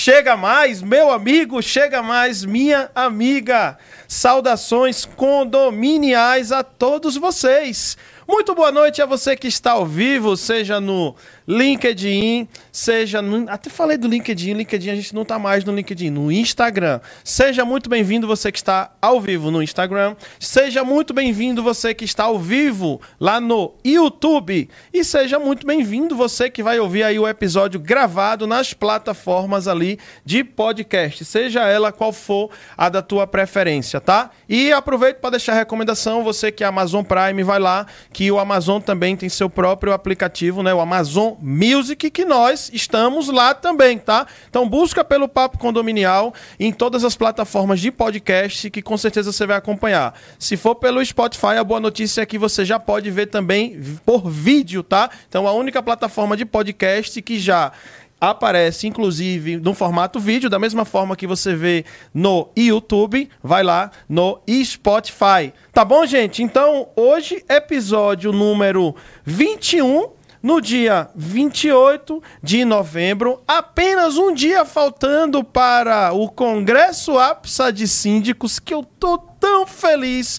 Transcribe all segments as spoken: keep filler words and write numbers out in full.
Chega mais, meu amigo, chega mais, minha amiga. Saudações condominiais a todos vocês. Muito boa noite a você que está ao vivo, seja no LinkedIn, seja no... Até falei do LinkedIn, LinkedIn a gente não está mais no LinkedIn, no Instagram. Seja muito bem-vindo você que está ao vivo no Instagram. Seja muito bem-vindo você que está ao vivo lá no YouTube. E seja muito bem-vindo você que vai ouvir aí o episódio gravado nas plataformas ali de podcast, seja ela qual for a da tua preferência, tá? E aproveito para deixar a recomendação, você que é Amazon Prime, vai lá, que o Amazon também tem seu próprio aplicativo, né? O Amazon Music, que nós estamos lá também, tá? Então busca pelo Papo Condominial em todas as plataformas de podcast, que com certeza você vai acompanhar. Se for pelo Spotify, a boa notícia é que você já pode ver também por vídeo, tá? Então a única plataforma de podcast que já aparece, inclusive, no formato vídeo, da mesma forma que você vê no YouTube, vai lá no Spotify. Tá bom, gente? Então, hoje, episódio número vinte e um, no dia vinte e oito de novembro, apenas um dia faltando para o Congresso APSA de Síndicos, que eu tô tão feliz.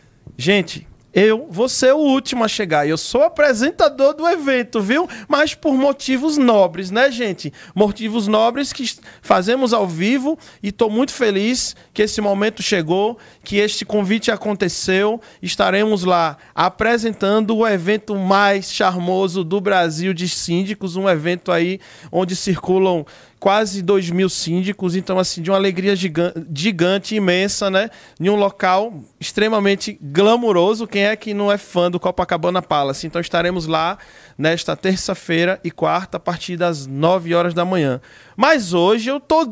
Gente, eu vou ser o último a chegar. Eu sou apresentador do evento, viu? Mas por motivos nobres, né, gente? Motivos nobres que fazemos ao vivo e estou muito feliz que esse momento chegou, que este convite aconteceu. Estaremos lá apresentando o evento mais charmoso do Brasil de síndicos, um evento aí onde circulam quase dois mil síndicos, então assim, de uma alegria gigante, gigante, imensa, né? Em um local extremamente glamuroso. Quem é que não é fã do Copacabana Palace? Então estaremos lá nesta terça-feira e quarta, a partir das nove horas da manhã. Mas hoje eu tô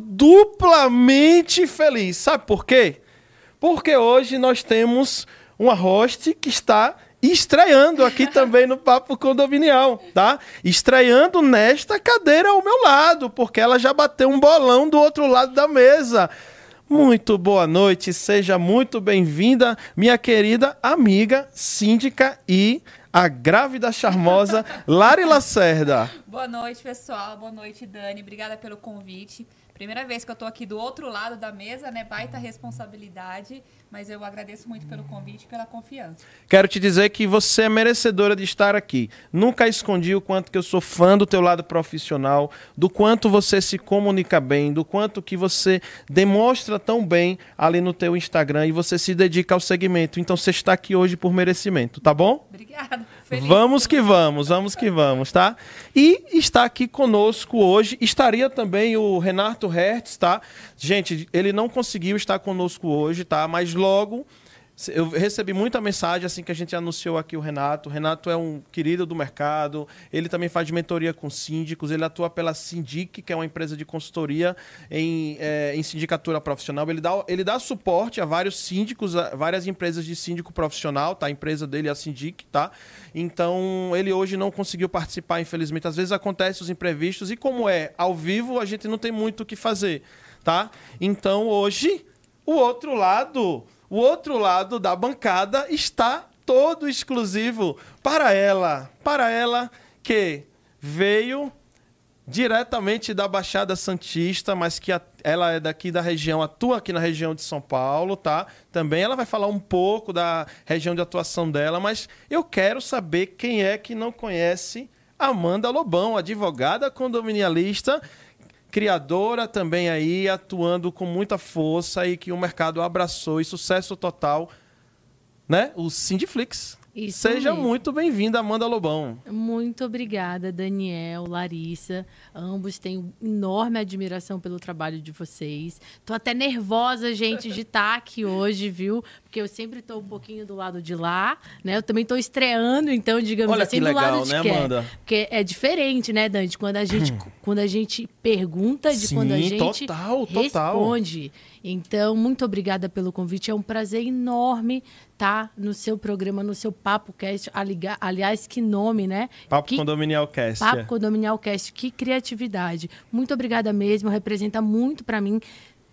duplamente feliz. Sabe por quê? Porque hoje nós temos uma host que está estreando aqui também no Papo Condominial, tá? Estreando nesta cadeira ao meu lado, porque ela já bateu um bolão do outro lado da mesa. Muito boa noite, seja muito bem-vinda, minha querida amiga, síndica e a grávida charmosa Lari Lacerda. Boa noite, pessoal. Boa noite, Dani. Obrigada pelo convite. Primeira vez que eu tô aqui do outro lado da mesa, né? Baita responsabilidade, mas eu agradeço muito pelo convite e pela confiança. Quero te dizer que você é merecedora de estar aqui. Nunca escondi o quanto que eu sou fã do teu lado profissional, do quanto você se comunica bem, do quanto que você demonstra tão bem ali no teu Instagram e você se dedica ao segmento. Então você está aqui hoje por merecimento, tá bom? Obrigada. Feliz vamos que vamos, vamos que vamos, tá? E está aqui conosco hoje, estaria também o Renato Hertz, tá? Gente, ele não conseguiu estar conosco hoje, tá? Mas logo eu recebi muita mensagem assim que a gente anunciou aqui o Renato. O Renato é um querido do mercado, ele também faz mentoria com síndicos, ele atua pela Sindic, que é uma empresa de consultoria em, é, em sindicatura profissional. Ele dá, ele dá suporte a vários síndicos, a várias empresas de síndico profissional, tá? A empresa dele é a Sindic, tá? Então, ele hoje não conseguiu participar, infelizmente. Às vezes acontecem os imprevistos e como é ao vivo, a gente não tem muito o que fazer, tá? Então, hoje, o outro lado... O outro lado da bancada está todo exclusivo para ela. Para ela que veio diretamente da Baixada Santista, mas que a, ela é daqui da região, atua aqui na região de São Paulo, tá? Também ela vai falar um pouco da região de atuação dela, mas eu quero saber quem é que não conhece Amanda Lobão, advogada condominialista, criadora também aí, atuando com muita força e que o mercado abraçou e sucesso total, né? O Sindiflix. Isso Seja mesmo. muito bem-vinda, Amanda Lobão. Muito obrigada, Daniel, Larissa. Ambos têm enorme admiração pelo trabalho de vocês. Tô até nervosa, gente, de estar aqui hoje, viu? Porque eu sempre tô um pouquinho do lado de lá, né? Eu também tô estreando, então, digamos Olha assim, que do legal, lado de né, quê? Amanda? Porque é diferente, né, Dante? Quando a gente, quando a gente pergunta de Sim, quando a gente total, total. responde. Então, muito obrigada pelo convite. É um prazer enorme estar no seu programa, no seu Papo Cast. Aliás, que nome, né? Papo que... Condominial Cast. Papo é. Condominial Cast. Que criatividade. Muito obrigada mesmo. Representa muito para mim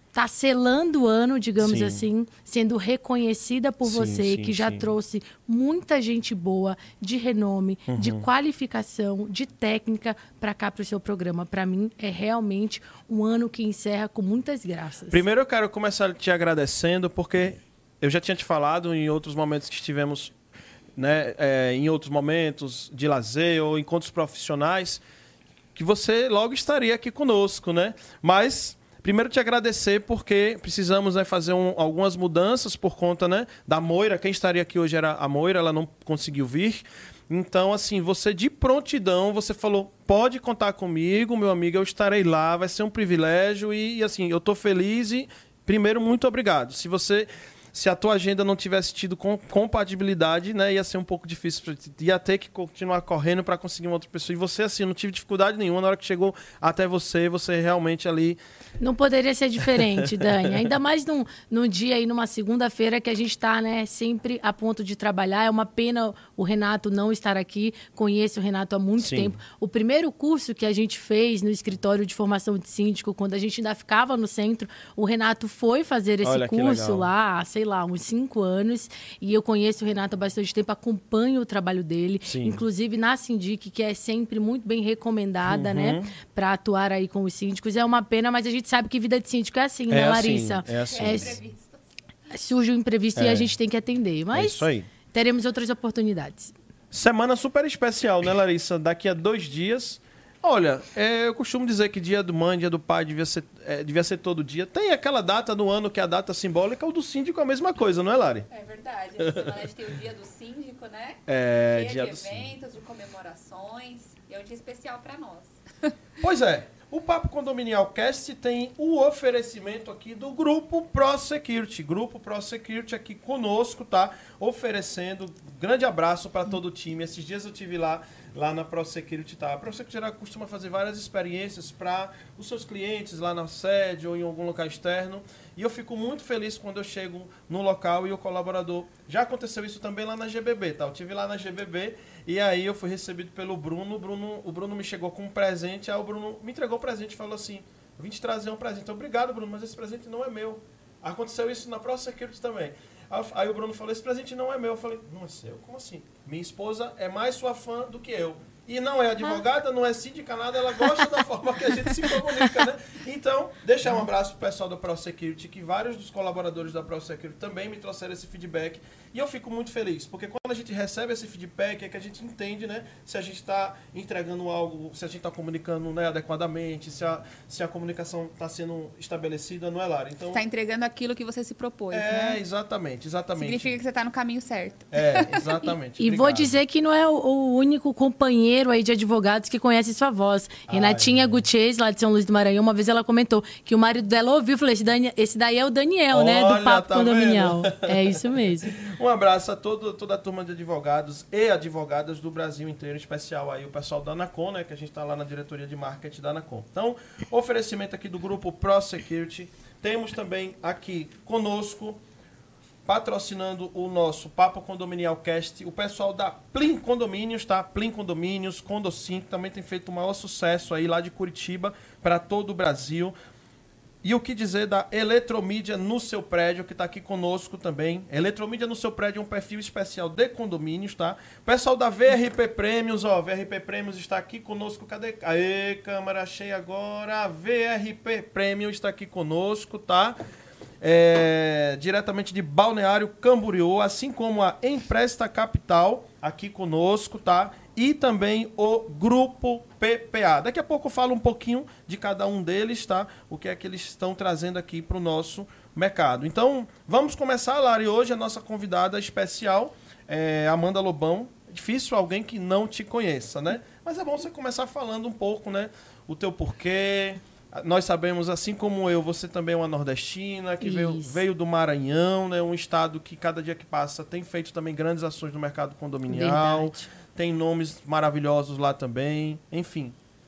tá selando o ano, digamos Sim. assim, sendo reconhecida por Sim, você, sim, que já sim. trouxe muita gente boa, de renome, Uhum. de qualificação, de técnica para cá, para o seu programa. Para mim, é realmente um ano que encerra com muitas graças. Primeiro eu quero começar te agradecendo, porque eu já tinha te falado em outros momentos que estivemos, né, é, em outros momentos de lazer ou encontros profissionais, que você logo estaria aqui conosco, né? Mas primeiro te agradecer porque precisamos, né, fazer um, algumas mudanças por conta, né, da Moira. Quem estaria aqui hoje era a Moira, ela não conseguiu vir. Então, assim, você de prontidão, você falou, pode contar comigo, meu amigo, eu estarei lá, vai ser um privilégio e, assim, eu tô feliz e, primeiro, muito obrigado. Se você... Se a tua agenda não tivesse tido com, compatibilidade, né, ia ser um pouco difícil. Pra, ia ter que continuar correndo para conseguir uma outra pessoa. E você, assim, não tive dificuldade nenhuma. Na hora que chegou até você, você realmente ali... Não poderia ser diferente, Dani. Ainda mais num, num dia aí, numa segunda-feira, que a gente está, né, sempre a ponto de trabalhar. É uma pena o Renato não estar aqui. Conheço o Renato há muito Sim. tempo. O primeiro curso que a gente fez no escritório de formação de síndico, quando a gente ainda ficava no centro, o Renato foi fazer esse Olha que curso legal. lá, sei lá, uns cinco anos. E eu conheço o Renato há bastante tempo, acompanho o trabalho dele. Sim. Inclusive na Sindic, que é sempre muito bem recomendada, Uhum. né, para atuar aí com os síndicos. É uma pena, mas a gente sabe que vida de síndico é assim, né, É assim, Larissa? é assim. É, Imprevistos. surge um imprevisto É. e a gente tem que atender. Mas É isso aí. teremos outras oportunidades. Semana super especial, né, Larissa? Daqui a dois dias... Olha, é, eu costumo dizer que dia do mãe, dia do pai devia ser, é, devia ser todo dia. Tem aquela data no ano que é a data simbólica, o do síndico é a mesma coisa, não é, Lari? É verdade. Essa semana a gente tem o dia do síndico, né? É, dia, dia de do síndico. eventos, de comemorações. E é um dia especial para nós. Pois é, o Papo Condominial Cast tem o oferecimento aqui do Grupo ProSecurity. Grupo ProSecurity aqui conosco, tá? Oferecendo. Grande abraço para todo o time. Esses dias eu tive lá, lá na ProSecurity, tá? A ProSecurity ela costuma fazer várias experiências para os seus clientes lá na sede ou em algum local externo. E eu fico muito feliz quando eu chego no local e o colaborador... Já aconteceu isso também lá na G B B, tá? Eu tive lá na G B B e aí eu fui recebido pelo Bruno. O Bruno, o Bruno me chegou com um presente, aí o Bruno me entregou o presente e falou assim, eu vim te trazer um presente. Obrigado, Bruno, mas esse presente não é meu. Aconteceu isso na ProSecurity também. Aí, aí o Bruno falou, esse presente não é meu. Eu falei, não é seu? Como assim? Minha esposa é mais sua fã do que eu. E não é advogada, não é síndica, nada, ela gosta da forma que a gente se comunica, né? Então, deixar um abraço pro pessoal da ProSecurity, que vários dos colaboradores da ProSecurity também me trouxeram esse feedback. E eu fico muito feliz, porque quando a gente recebe esse feedback, é que a gente entende, né? Se a gente está entregando algo, se a gente está comunicando, né, adequadamente, se a, se a comunicação está sendo estabelecida, não é, Lara? Então, Está entregando aquilo que você se propôs, é, né? exatamente, exatamente. Significa que você está no caminho certo. É, exatamente. E vou Obrigado. dizer que não é o, o único companheiro aí de advogados que conhece sua voz. Ai, Renatinha é. Gutierrez, lá de São Luís do Maranhão, uma vez ela comentou que o marido dela ouviu e falou, esse, Dani- esse daí é o Daniel, né? Olha, Do Papo tá Condominial. vendo? É isso mesmo. Um abraço a todo, toda a turma de advogados e advogadas do Brasil inteiro, em especial aí o pessoal da Anacom, né, que a gente está lá na diretoria de marketing da Anacom. Então, oferecimento aqui do grupo ProSecurity. Temos também aqui conosco, patrocinando o nosso Papo Condominial Cast, o pessoal da Plim Condomínios, tá? Plim Condomínios, Condocin, que também tem feito o maior sucesso aí lá de Curitiba para todo o Brasil. E o que dizer da Eletromídia no seu prédio, que está aqui conosco também. Eletromídia no seu prédio é um perfil especial de condomínios, tá? Pessoal da V R P Prêmios, ó, V R P Prêmios está aqui conosco. Cadê? Aê, câmera cheia agora. A V R P Prêmios está aqui conosco, tá? É, diretamente de Balneário Camboriú, assim como a Empresta Capital, aqui conosco, tá? E também o Grupo P P A. Daqui a pouco eu falo um pouquinho de cada um deles, tá? O que é que eles estão trazendo aqui para o nosso mercado. Então, vamos começar, Lari. Hoje a nossa convidada especial é Amanda Lobão. É difícil alguém que não te conheça, né? Mas é bom você começar falando um pouco, né? O teu porquê. Nós sabemos, assim como eu, você também é uma nordestina, que veio, veio do Maranhão, né? Um estado que cada dia que passa tem feito também grandes ações no mercado condominial. Verdade. Tem nomes maravilhosos lá também. Enfim,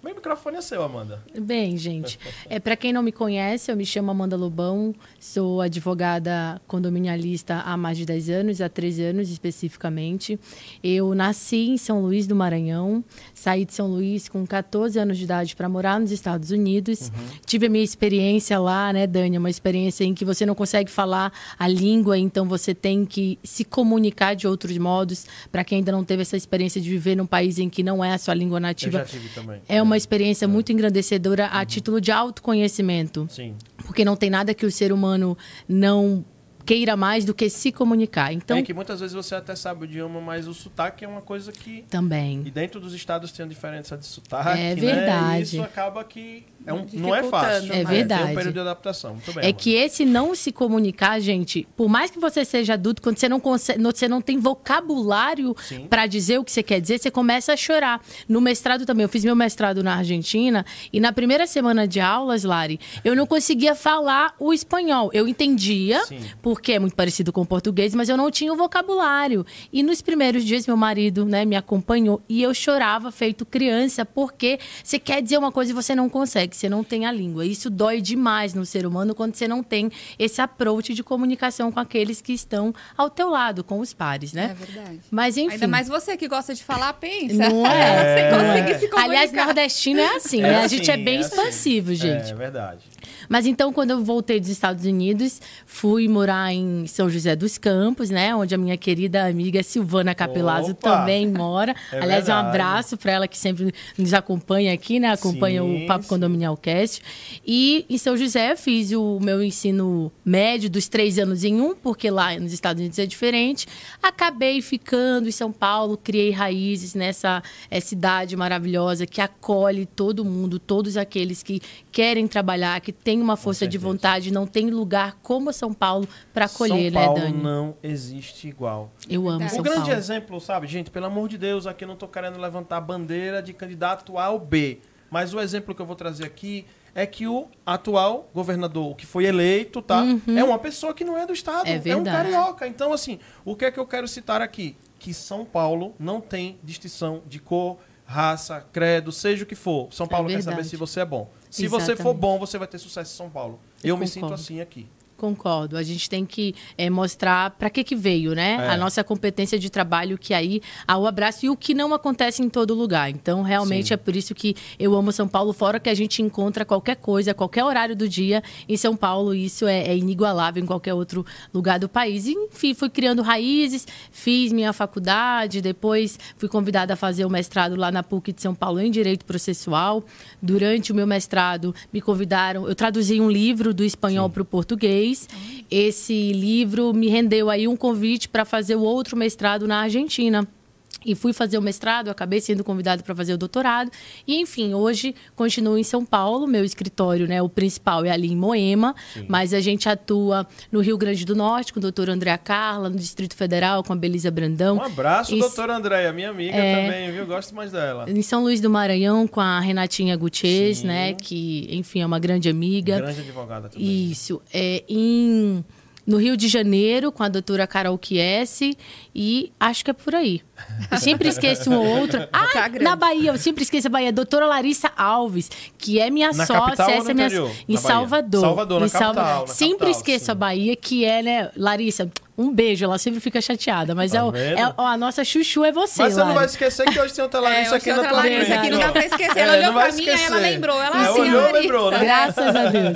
Meu microfone é seu, Amanda. Bem, gente, é, para quem não me conhece, eu me chamo Amanda Lobão, sou advogada condominialista há mais de dez anos, há treze anos especificamente. Eu nasci em São Luís do Maranhão, saí de São Luís com catorze anos de idade para morar nos Estados Unidos. Uhum. Tive a minha experiência lá, né, Dani? Uma experiência em que você não consegue falar a língua, então você tem que se comunicar de outros modos. Para quem ainda não teve essa experiência de viver num país em que não é a sua língua nativa. Eu já tive também. É uma experiência é. muito engrandecedora a uhum. título de autoconhecimento. Sim. Porque não tem nada que o ser humano não queira mais do que se comunicar. Então, é que muitas vezes você até sabe o idioma, mas o sotaque é uma coisa que... Também. E dentro dos estados tem a diferença de sotaque, é verdade. Né? E isso acaba que é um, não é fácil. É verdade. É, tem um período de adaptação. Muito bem, é que esse não se comunicar, gente, por mais que você seja adulto, quando você não, consegue, você não tem vocabulário para dizer o que você quer dizer, você começa a chorar. No mestrado também, eu fiz meu mestrado na Argentina e na primeira semana de aulas, Lari, eu não conseguia falar o espanhol. Eu entendia, Sim. porque é muito parecido com o português, mas eu não tinha o vocabulário. E nos primeiros dias, meu marido, né, me acompanhou e eu chorava feito criança, porque você quer dizer uma coisa e você não consegue, você não tem a língua. Isso dói demais no ser humano quando você não tem esse approach de comunicação com aqueles que estão ao teu lado, com os pares, né? É verdade. Mas, enfim... Ainda mais você que gosta de falar, pensa. Não é? Sem conseguir é. se comunicar. Aliás, nordestino é assim, é né? assim, a gente é bem é expansivo, assim. gente. É verdade. Mas então, quando eu voltei dos Estados Unidos, fui morar em São José dos Campos, né? Onde a minha querida amiga Silvana Capelazzo Opa! também mora. É Aliás, verdade. um abraço para ela que sempre nos acompanha aqui, né? Acompanha sim, o Papo sim. Condominial Cast. E em São José fiz o meu ensino médio dos três anos em um, porque lá nos Estados Unidos é diferente. Acabei ficando em São Paulo, criei raízes nessa cidade maravilhosa que acolhe todo mundo, todos aqueles que querem trabalhar, que têm uma força de vontade. Não tem lugar como São Paulo para acolher, São Paulo, né, Dani? não existe igual. Eu amo São O Paulo. grande exemplo, sabe, gente, pelo amor de Deus, aqui eu não estou querendo levantar a bandeira de candidato A ou B, mas o exemplo que eu vou trazer aqui é que o atual governador, que foi eleito, tá, Uhum. é uma pessoa que não é do estado, É é um verdade. carioca. Então, assim, o que é que eu quero citar aqui? Que São Paulo não tem distinção de cor, raça, credo, seja o que for. São Paulo É quer saber verdade. se você é bom. Se Exatamente. você for bom, você vai ter sucesso em São Paulo. Eu, Eu me concordo. sinto assim aqui. Concordo. A gente tem que é, mostrar para que que veio, né? É. A nossa competência de trabalho, que aí há o abraço e o que não acontece em todo lugar. Então, realmente, Sim. é por isso que eu amo São Paulo, fora que a gente encontra qualquer coisa, qualquer horário do dia em São Paulo. Isso é, é inigualável em qualquer outro lugar do país. E, enfim, fui criando raízes, fiz minha faculdade, depois fui convidada a fazer o mestrado lá na P U C de São Paulo em Direito Processual. Durante o meu mestrado, me convidaram, eu traduzi um livro do espanhol para o português. Esse livro me rendeu aí um convite para fazer o outro mestrado na Argentina. E fui fazer o mestrado, acabei sendo convidado para fazer o doutorado. E, enfim, hoje continuo em São Paulo. Meu escritório, né, o principal é ali em Moema. Sim. Mas a gente atua no Rio Grande do Norte com a doutora Andréa Carla, no Distrito Federal com a Belisa Brandão. Um abraço, em... doutora Andréa, minha amiga é... também, viu? Gosto mais dela. Em São Luís do Maranhão com a Renatinha Gutierrez, Sim. né, que, enfim, é uma grande amiga. Grande advogada também. Isso. É, em... No Rio de Janeiro, com a doutora Carol Chiesi, e acho que é por aí. Eu sempre esqueço uma ou outra. Ah, na Bahia, eu sempre esqueço a Bahia. Doutora Larissa Alves, que é minha na sócia. Capital essa ou no é minha... interior? Em na Salvador. Salvador, na em capital. Salvador. Na sempre capital, esqueço sim. a Bahia, que é, né, Larissa, um beijo, ela sempre fica chateada. Mas Tá é, o, é ó, a nossa chuchu é você, Mas você Lari. não vai esquecer que hoje tem outra Larissa é, aqui na outra tua Larissa frente. aqui, não dá pra esquecer. Ela É, olhou não vai pra mim, aí ela esquecer. lembrou. Ela É, assim, olhou, Larissa. lembrou, né? Graças a Deus.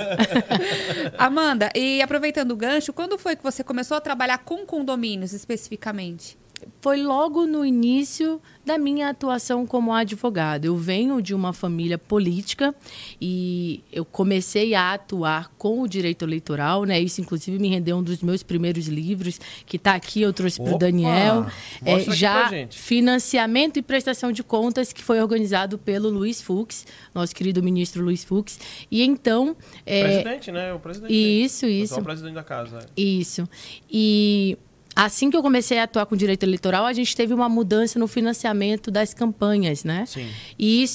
Amanda, e aproveitando o gancho, quando foi que você começou a trabalhar com condomínios especificamente? Foi logo no início da minha atuação como advogada. Eu venho de uma família política e eu comecei a atuar com o direito eleitoral, né? Isso, inclusive, me rendeu um dos meus primeiros livros, que está aqui, eu trouxe para o Daniel. É, já Financiamento e Prestação de Contas, que foi organizado pelo Luiz Fux, nosso querido ministro Luiz Fux. E então... É, presidente, né? O presidente. Isso, isso. O presidente da casa. Isso. E... Assim que eu comecei a atuar com direito eleitoral, a gente teve uma mudança no financiamento das campanhas, né? Sim. E isso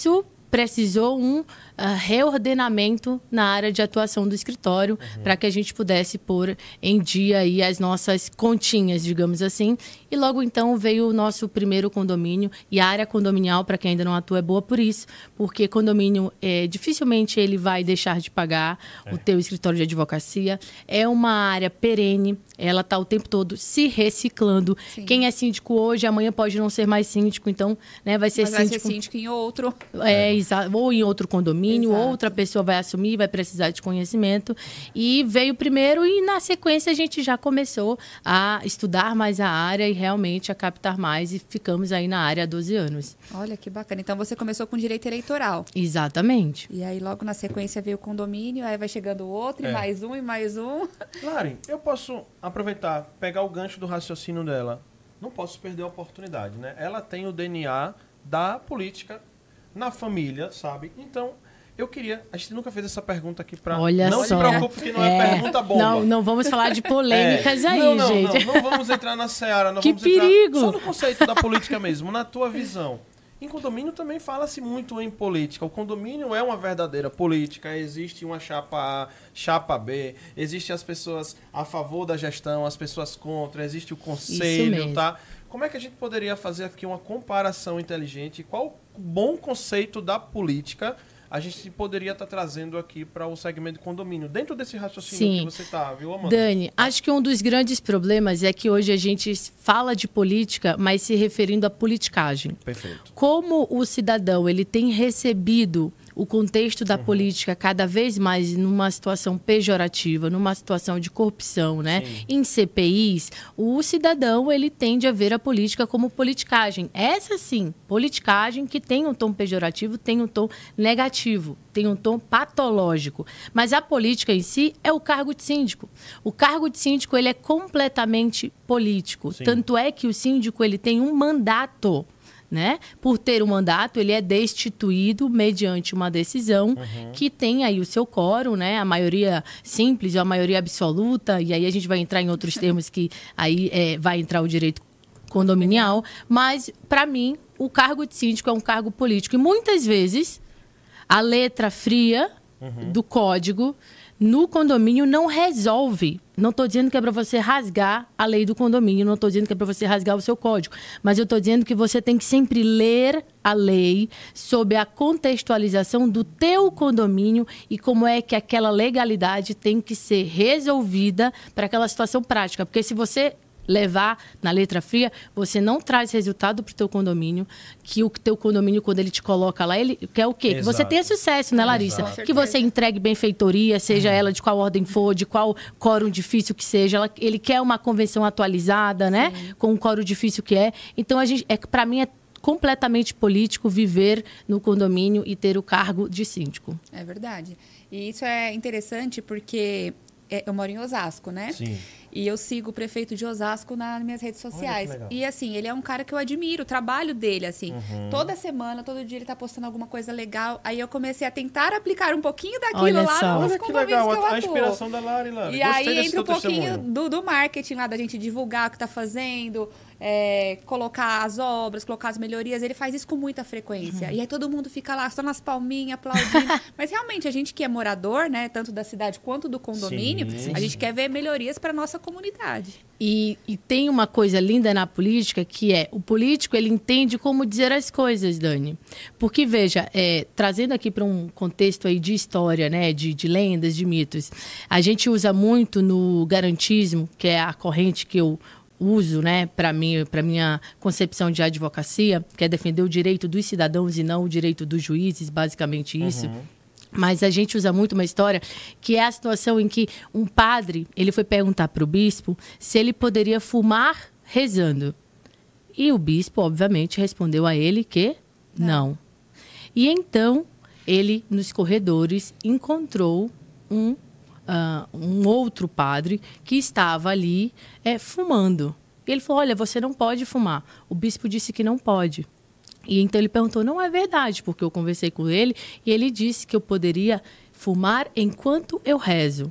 precisou um uh, reordenamento na área de atuação do escritório, uhum. para que a gente pudesse pôr em dia aí as nossas continhas, digamos assim. E logo então veio o nosso primeiro condomínio, e a área condominial, para quem ainda não atua, é boa por isso, porque condomínio, é, dificilmente ele vai deixar de pagar é. o teu escritório de advocacia. É uma área perene, ela está o tempo todo se reciclando. Sim. Quem é síndico hoje, amanhã pode não ser mais síndico, então né, vai ser Mas síndico... vai ser síndico em outro. É, exa- ou em outro condomínio, Exato. outra pessoa vai assumir, vai precisar de conhecimento. E veio primeiro e na sequência a gente já começou a estudar mais a área e realmente a captar mais, e ficamos aí na área há doze anos. Olha que bacana. Então você começou com direito eleitoral. Exatamente. E aí logo na sequência veio o condomínio, aí vai chegando outro, é. e mais um, e mais um. Lari, eu posso aproveitar, pegar o gancho do raciocínio dela. Não posso perder a oportunidade, né? Ela tem o D N A da política na família, sabe? Então, eu queria... A gente nunca fez essa pergunta aqui pra... Olha não só. se preocupe, porque não é, é pergunta bomba. Não, não vamos falar de polêmicas é. aí, não, não, gente. Não, não vamos entrar na seara. Não que vamos perigo! Entrar só no conceito da política mesmo, na tua visão. Em condomínio também fala-se muito em política. O condomínio é uma verdadeira política. Existe uma chapa A, chapa B. Existem as pessoas a favor da gestão, as pessoas contra. Existe o conselho, tá? Como é que a gente poderia fazer aqui uma comparação inteligente? Qual o bom conceito da política a gente poderia estar tá trazendo aqui para o segmento de condomínio, dentro desse raciocínio Sim. que você está, viu, Amanda? Dani, acho que um dos grandes problemas é que hoje a gente fala de política, mas se referindo à politicagem. Perfeito. Como o cidadão ele tem recebido o contexto da uhum. política cada vez mais numa situação pejorativa, numa situação de corrupção, né? Sim. Em C P Is, o cidadão ele tende a ver a política como politicagem. Essa sim, politicagem que tem um tom pejorativo, tem um tom negativo, tem um tom patológico. Mas a política em si é o cargo de síndico. O cargo de síndico ele é completamente político. Sim. Tanto é que o síndico ele tem um mandato. Né? Por ter o mandato, ele é destituído mediante uma decisão uhum. que tem aí o seu quórum, né? A maioria simples ou a maioria absoluta, e aí a gente vai entrar em outros termos que aí é, vai entrar o direito condominial, mas, para mim, o cargo de síndico é um cargo político. E muitas vezes, a letra fria uhum. do código no condomínio não resolve. Não estou dizendo que é para você rasgar a lei do condomínio, não estou dizendo que é para você rasgar o seu código, mas eu estou dizendo que você tem que sempre ler a lei sob a contextualização do teu condomínio e como é que aquela legalidade tem que ser resolvida para aquela situação prática. Porque se você levar na letra fria, você não traz resultado para o teu condomínio, que o teu condomínio, quando ele te coloca lá, ele quer o quê? Exato. Que você tenha sucesso, né, Larissa? Exato. Que você entregue benfeitoria, seja uhum. ela de qual ordem for, de qual quórum difícil que seja. Ela, ele quer uma convenção atualizada, né? Sim. Com um quórum difícil que é. Então, a gente, é, para mim, é completamente político viver no condomínio e ter o cargo de síndico. É verdade. E isso é interessante porque eu moro em Osasco, né? Sim. E eu sigo o prefeito de Osasco nas minhas redes sociais. E, assim, ele é um cara que eu admiro, o trabalho dele, assim. Uhum. Toda semana, todo dia ele tá postando alguma coisa legal. Aí eu comecei a tentar aplicar um pouquinho daquilo Olha lá só. nos Olha que legal, que eu a inspiração da Lari, Lari. E Gostei aí entra um pouquinho do, do marketing lá, da gente divulgar o que tá fazendo, é, colocar as obras, colocar as melhorias. Ele faz isso com muita frequência. Uhum. E aí todo mundo fica lá só nas palminhas, aplaudindo. Mas realmente, a gente que é morador, né, tanto da cidade quanto do condomínio, Sim. a gente quer ver melhorias para nossa comunidade. E, e tem uma coisa linda na política, que é o político, ele entende como dizer as coisas, Dani. Porque, veja, é, trazendo aqui para um contexto aí de história, né, de, de lendas, de mitos, a gente usa muito no garantismo, que é a corrente que eu uso, né, para mim, para minha concepção de advocacia, que é defender o direito dos cidadãos e não o direito dos juízes, basicamente isso. Uhum. Mas a gente usa muito uma história que é a situação em que um padre, ele foi perguntar para o bispo se ele poderia fumar rezando. E o bispo, obviamente, respondeu a ele que não. não. E então, ele, nos corredores, encontrou um, uh, um outro padre que estava ali é, fumando. E ele falou, olha, você não pode fumar. O bispo disse que não pode. E então ele perguntou, não é verdade, porque eu conversei com ele e ele disse que eu poderia fumar enquanto eu rezo.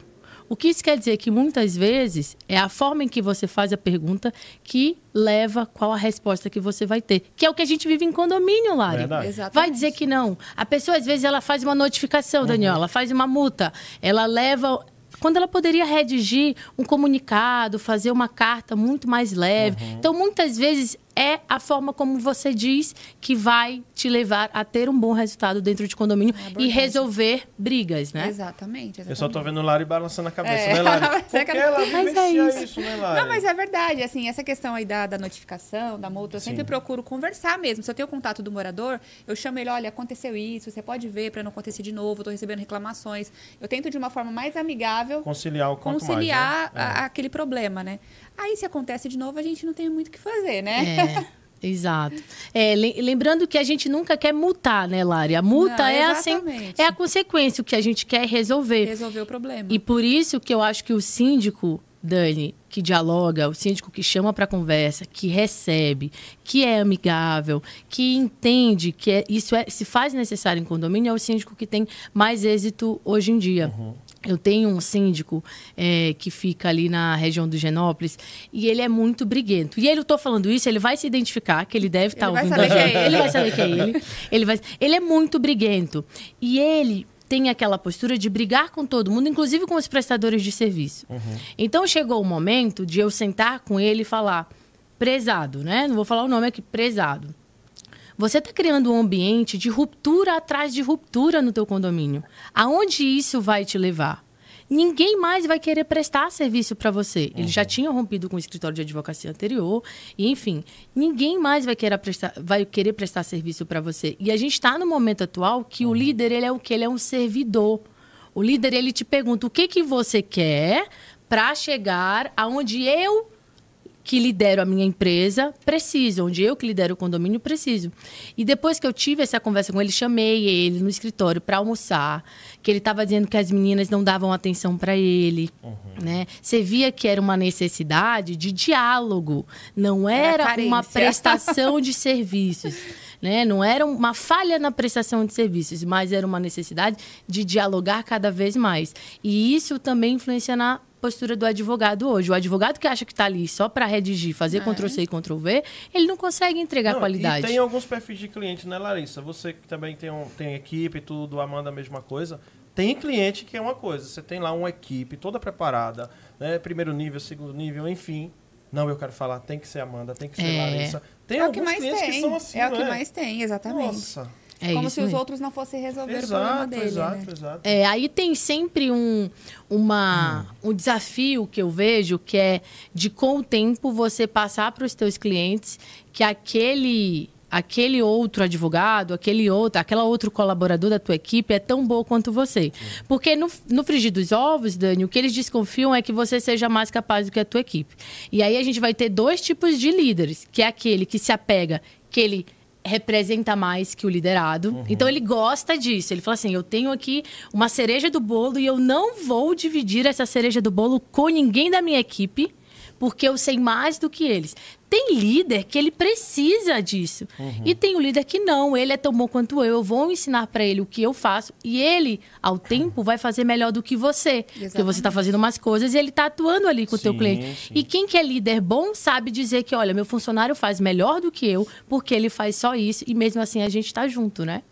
O que isso quer dizer? Que muitas vezes é a forma em que você faz a pergunta que leva qual a resposta que você vai ter. Que é o que a gente vive em condomínio, Lari. Verdade. Exatamente. Vai dizer que não. A pessoa, às vezes, ela faz uma notificação, Daniel, ela faz uma multa, ela leva... Quando ela poderia redigir um comunicado, fazer uma carta muito mais leve. Uhum. Então, muitas vezes, é a forma como você diz que vai te levar a ter um bom resultado dentro de condomínio é e resolver brigas, né? Exatamente, exatamente. Eu só tô vendo o Lari balançando a cabeça, é. né, Lari? Porque que... ela mas vivencia é isso. isso, né, Lari? Não, mas é verdade. Assim, essa questão aí da, da notificação, da multa, eu sempre Sim. procuro conversar mesmo. Se eu tenho o contato do morador, eu chamo ele, olha, aconteceu isso, você pode ver para não acontecer de novo, eu tô recebendo reclamações. Eu tento de uma forma mais amigável conciliar o quanto conciliar mais, né? a, é. aquele problema, né? Aí, se acontece de novo, a gente não tem muito o que fazer, né? É. Exato. É, lembrando que a gente nunca quer multar, né, Lari? A multa Não, é, assim, é a consequência, o que a gente quer resolver. Resolver o problema. E por isso que eu acho que o síndico, Dani, que dialoga, o síndico que chama para conversa, que recebe, que é amigável, que entende que é, isso é, se faz necessário em condomínio, é o síndico que tem mais êxito hoje em dia. Uhum. Eu tenho um síndico é, que fica ali na região do Genópolis e ele é muito briguento. E ele, eu tô falando isso, ele vai se identificar, que ele deve estar tá ouvindo a gente. É ele vai saber que é ele. Ele, vai, ele é muito briguento. E ele tem aquela postura de brigar com todo mundo, inclusive com os prestadores de serviço. Uhum. Então, chegou o momento de eu sentar com ele e falar, prezado, né? Não vou falar o nome aqui, prezado. Você está criando um ambiente de ruptura atrás de ruptura no teu condomínio. Aonde isso vai te levar? Ninguém mais vai querer prestar serviço para você. Ele uhum. já tinha rompido com o escritório de advocacia anterior. E, enfim, ninguém mais vai querer prestar, vai querer prestar serviço para você. E a gente está no momento atual que uhum. o líder, ele é o quê? Ele é um servidor. O líder, ele te pergunta o que, que você quer para chegar aonde eu que lidero a minha empresa, preciso. Onde eu que lidero o condomínio, preciso. E depois que eu tive essa conversa com ele, chamei ele no escritório para almoçar, que ele estava dizendo que as meninas não davam atenção para ele. Uhum. Né? Você via que era uma necessidade de diálogo, não era, era uma prestação de serviços. Né? Não era uma falha na prestação de serviços, mas era uma necessidade de dialogar cada vez mais. E isso também influencia na postura do advogado hoje. O advogado que acha que está ali só para redigir, fazer é. control C e control V, ele não consegue entregar não, qualidade. E tem alguns perfis de cliente, né, Larissa? Você que também tem, um, tem equipe e tudo, Amanda, a mesma coisa. Tem cliente que é uma coisa, você tem lá uma equipe toda preparada, né? Primeiro nível, segundo nível, enfim. Não, eu quero falar, tem que ser Amanda, tem que ser é. Larissa. Tem é alguns o que mais clientes tem. que são assim, É o né? que mais tem, exatamente. Nossa. É Como isso se os mesmo. outros não fossem resolver exato, o problema dele, exato, né? exato. É, aí tem sempre um, uma, hum. um desafio que eu vejo, que é de, com o tempo, você passar para os teus clientes que aquele, aquele outro advogado, aquele outro, aquela outro colaborador da tua equipe é tão bom quanto você. Hum. Porque no, no frigir dos ovos, Dani, o que eles desconfiam é que você seja mais capaz do que a tua equipe. E aí a gente vai ter dois tipos de líderes, que é aquele que se apega, que ele representa mais que o liderado. Uhum. Então, ele gosta disso. Ele fala assim, eu tenho aqui uma cereja do bolo e eu não vou dividir essa cereja do bolo com ninguém da minha equipe, porque eu sei mais do que eles. Tem líder que ele precisa disso. Uhum. E tem o líder que não. Ele é tão bom quanto eu. Eu vou ensinar para ele o que eu faço. E ele, ao tempo, vai fazer melhor do que você. Exatamente. Porque você está fazendo umas coisas e ele está atuando ali com sim, o teu cliente. Sim. E quem que é líder bom sabe dizer que, olha, meu funcionário faz melhor do que eu, porque ele faz só isso. E mesmo assim, a gente está junto, né?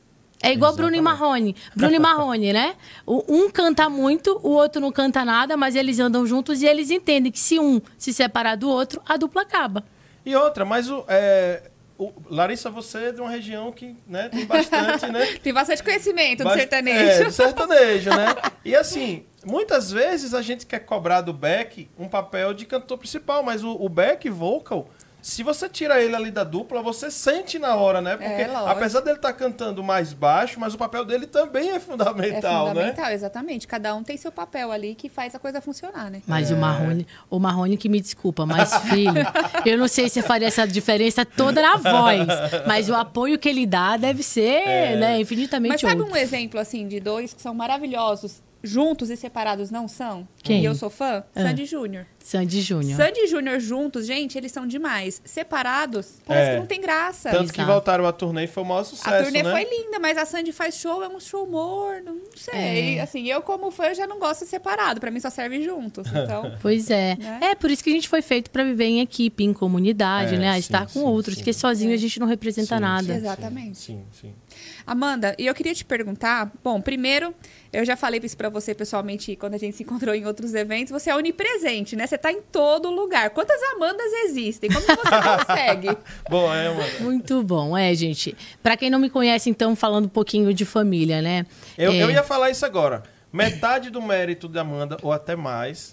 É igual Bruno e Marrone. Bruno e Marrone, né? Um canta muito, o outro não canta nada, mas eles andam juntos e eles entendem que se um se separar do outro, a dupla acaba. E outra, mas o, é, o Larissa, você é de uma região que, né, tem bastante, né? Tem bastante conhecimento do Bast... sertanejo. É, do sertanejo, né? E assim, muitas vezes a gente quer cobrar do back um papel de cantor principal, mas o, o back vocal, se você tira ele ali da dupla, você sente na hora, né? Porque é, apesar dele estar tá cantando mais baixo, mas o papel dele também é fundamental, né? É fundamental, né? Exatamente. Cada um tem seu papel ali que faz a coisa funcionar, né? Mas é. o Marrone, o Marrone que me desculpa, mas filho, eu não sei se faria essa diferença toda na voz, mas o apoio que ele dá deve ser, é. né, infinitamente Mas sabe outro. um exemplo, assim, de dois que são maravilhosos, juntos e separados não são? Quem? E eu sou fã? Ah. Sandy Júnior. Sandy Júnior. Sandy e Júnior juntos, gente, eles são demais. Separados, parece É. que não tem graça. Tanto que Exato. voltaram a turnê e foi o maior sucesso, A turnê né? foi linda, mas a Sandy faz show, é um show morno, não sei. É. Assim, eu como fã, eu já não gosto de separado. Pra mim só serve juntos, então... Pois é. Né? É por isso que a gente foi feito para viver em equipe, em comunidade, É, né? A sim, estar com sim, outros, sim. porque sozinho a gente não representa Sim, nada. sim, Exatamente. Sim, sim. Amanda, e eu queria te perguntar... Bom, primeiro, eu já falei isso pra você pessoalmente quando a gente se encontrou em outros eventos. Você é onipresente, né? Você tá em todo lugar. Quantas Amandas existem? Como que você consegue? Bom, é, mano. Muito bom, é, gente. Pra quem não me conhece, então, falando um pouquinho de família, né? Eu, É, eu ia falar isso agora. Metade do mérito da Amanda, ou até mais,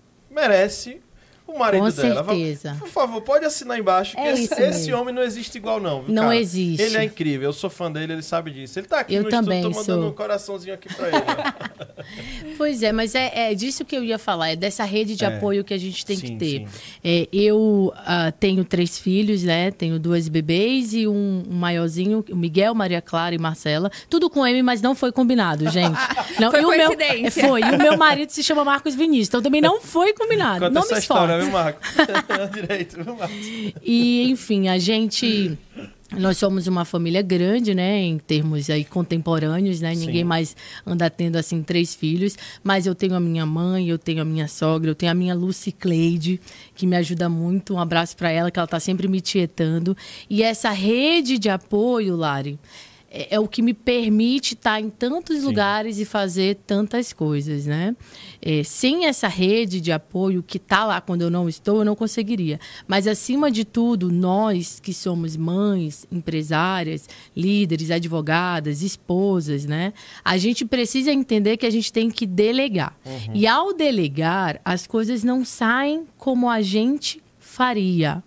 merece o marido Com dela. certeza. Por favor, pode assinar embaixo que É esse, isso esse mesmo. homem não existe igual não, viu, Não cara? existe. Ele é incrível, eu sou fã dele, ele sabe disso. Ele tá aqui Eu no também estúdio, tô mandando sou. um coraçãozinho aqui pra ele. ó. Pois é, mas é, é disso que eu ia falar, é dessa rede de É. apoio que a gente tem Sim, que ter. sim. É, eu ah, tenho três filhos, né? Tenho duas bebês e um, um maiorzinho, o Miguel, Maria Clara e Marcela. Tudo com M, mas não foi combinado, gente. Não, Foi e o meu, coincidência. é, foi. E o meu marido se chama Marcos Vinícius, então também não foi combinado. Conta não essa me história, esforce. viu, Marcos? Direito, viu, Marcos? E, enfim, a gente... Nós somos uma família grande, né? Em termos aí contemporâneos, né? Sim. Ninguém mais anda tendo, assim, três filhos. Mas eu tenho a minha mãe, eu tenho a minha sogra, eu tenho a minha Lucy Cleide, que me ajuda muito. Um abraço para ela, que ela tá sempre me tietando. E essa rede de apoio, Lari, é, é o que me permite estar em tantos Sim. lugares e fazer tantas coisas, né? É, sem essa rede de apoio que está lá quando eu não estou, eu não conseguiria. Mas, acima de tudo, nós que somos mães, empresárias, líderes, advogadas, esposas, né? A gente precisa entender que a gente tem que delegar. Uhum. E, ao delegar, as coisas não saem como a gente faria.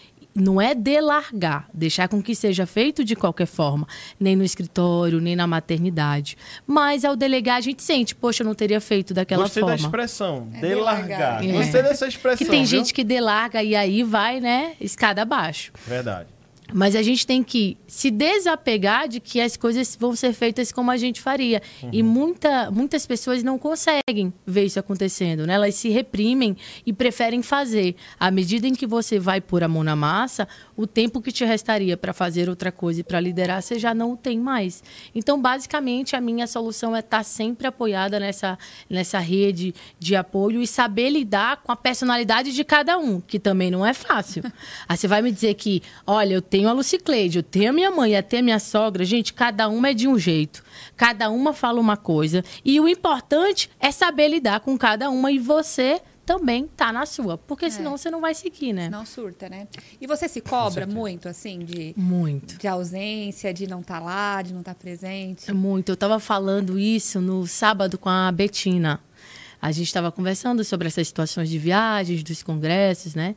Não é delargar, deixar com que seja feito de qualquer forma, nem no escritório, nem na maternidade. Mas, ao delegar, a gente sente, poxa, eu não teria feito daquela Gostei forma. da expressão, É delargar. delargar. É. Gostei dessa expressão, Que tem viu? gente que delarga e aí vai, né, escada abaixo. Verdade. Mas a gente tem que se desapegar de que as coisas vão ser feitas como a gente faria. Uhum. E muita, muitas pessoas não conseguem ver isso acontecendo, né? Elas se reprimem e preferem fazer. À medida em que você vai pôr a mão na massa, o tempo que te restaria para fazer outra coisa e para liderar, você já não o tem mais. Então, basicamente, a minha solução é estar sempre apoiada nessa, nessa rede de apoio e saber lidar com a personalidade de cada um, que também não é fácil. Aí você vai me dizer que, olha, eu tenho a Lucy Cleide, eu tenho a minha mãe, até a minha sogra. Gente, cada uma é de um jeito. Cada uma fala uma coisa. E o importante é saber lidar com cada uma e você também tá na sua. Porque senão você não vai seguir, né? Não surta, né? E você se cobra muito, assim, de, Muito. de ausência, de não estar lá, de não estar presente? Muito. Eu estava falando isso no sábado com a Betina. A gente estava conversando sobre essas situações de viagens, dos congressos, né?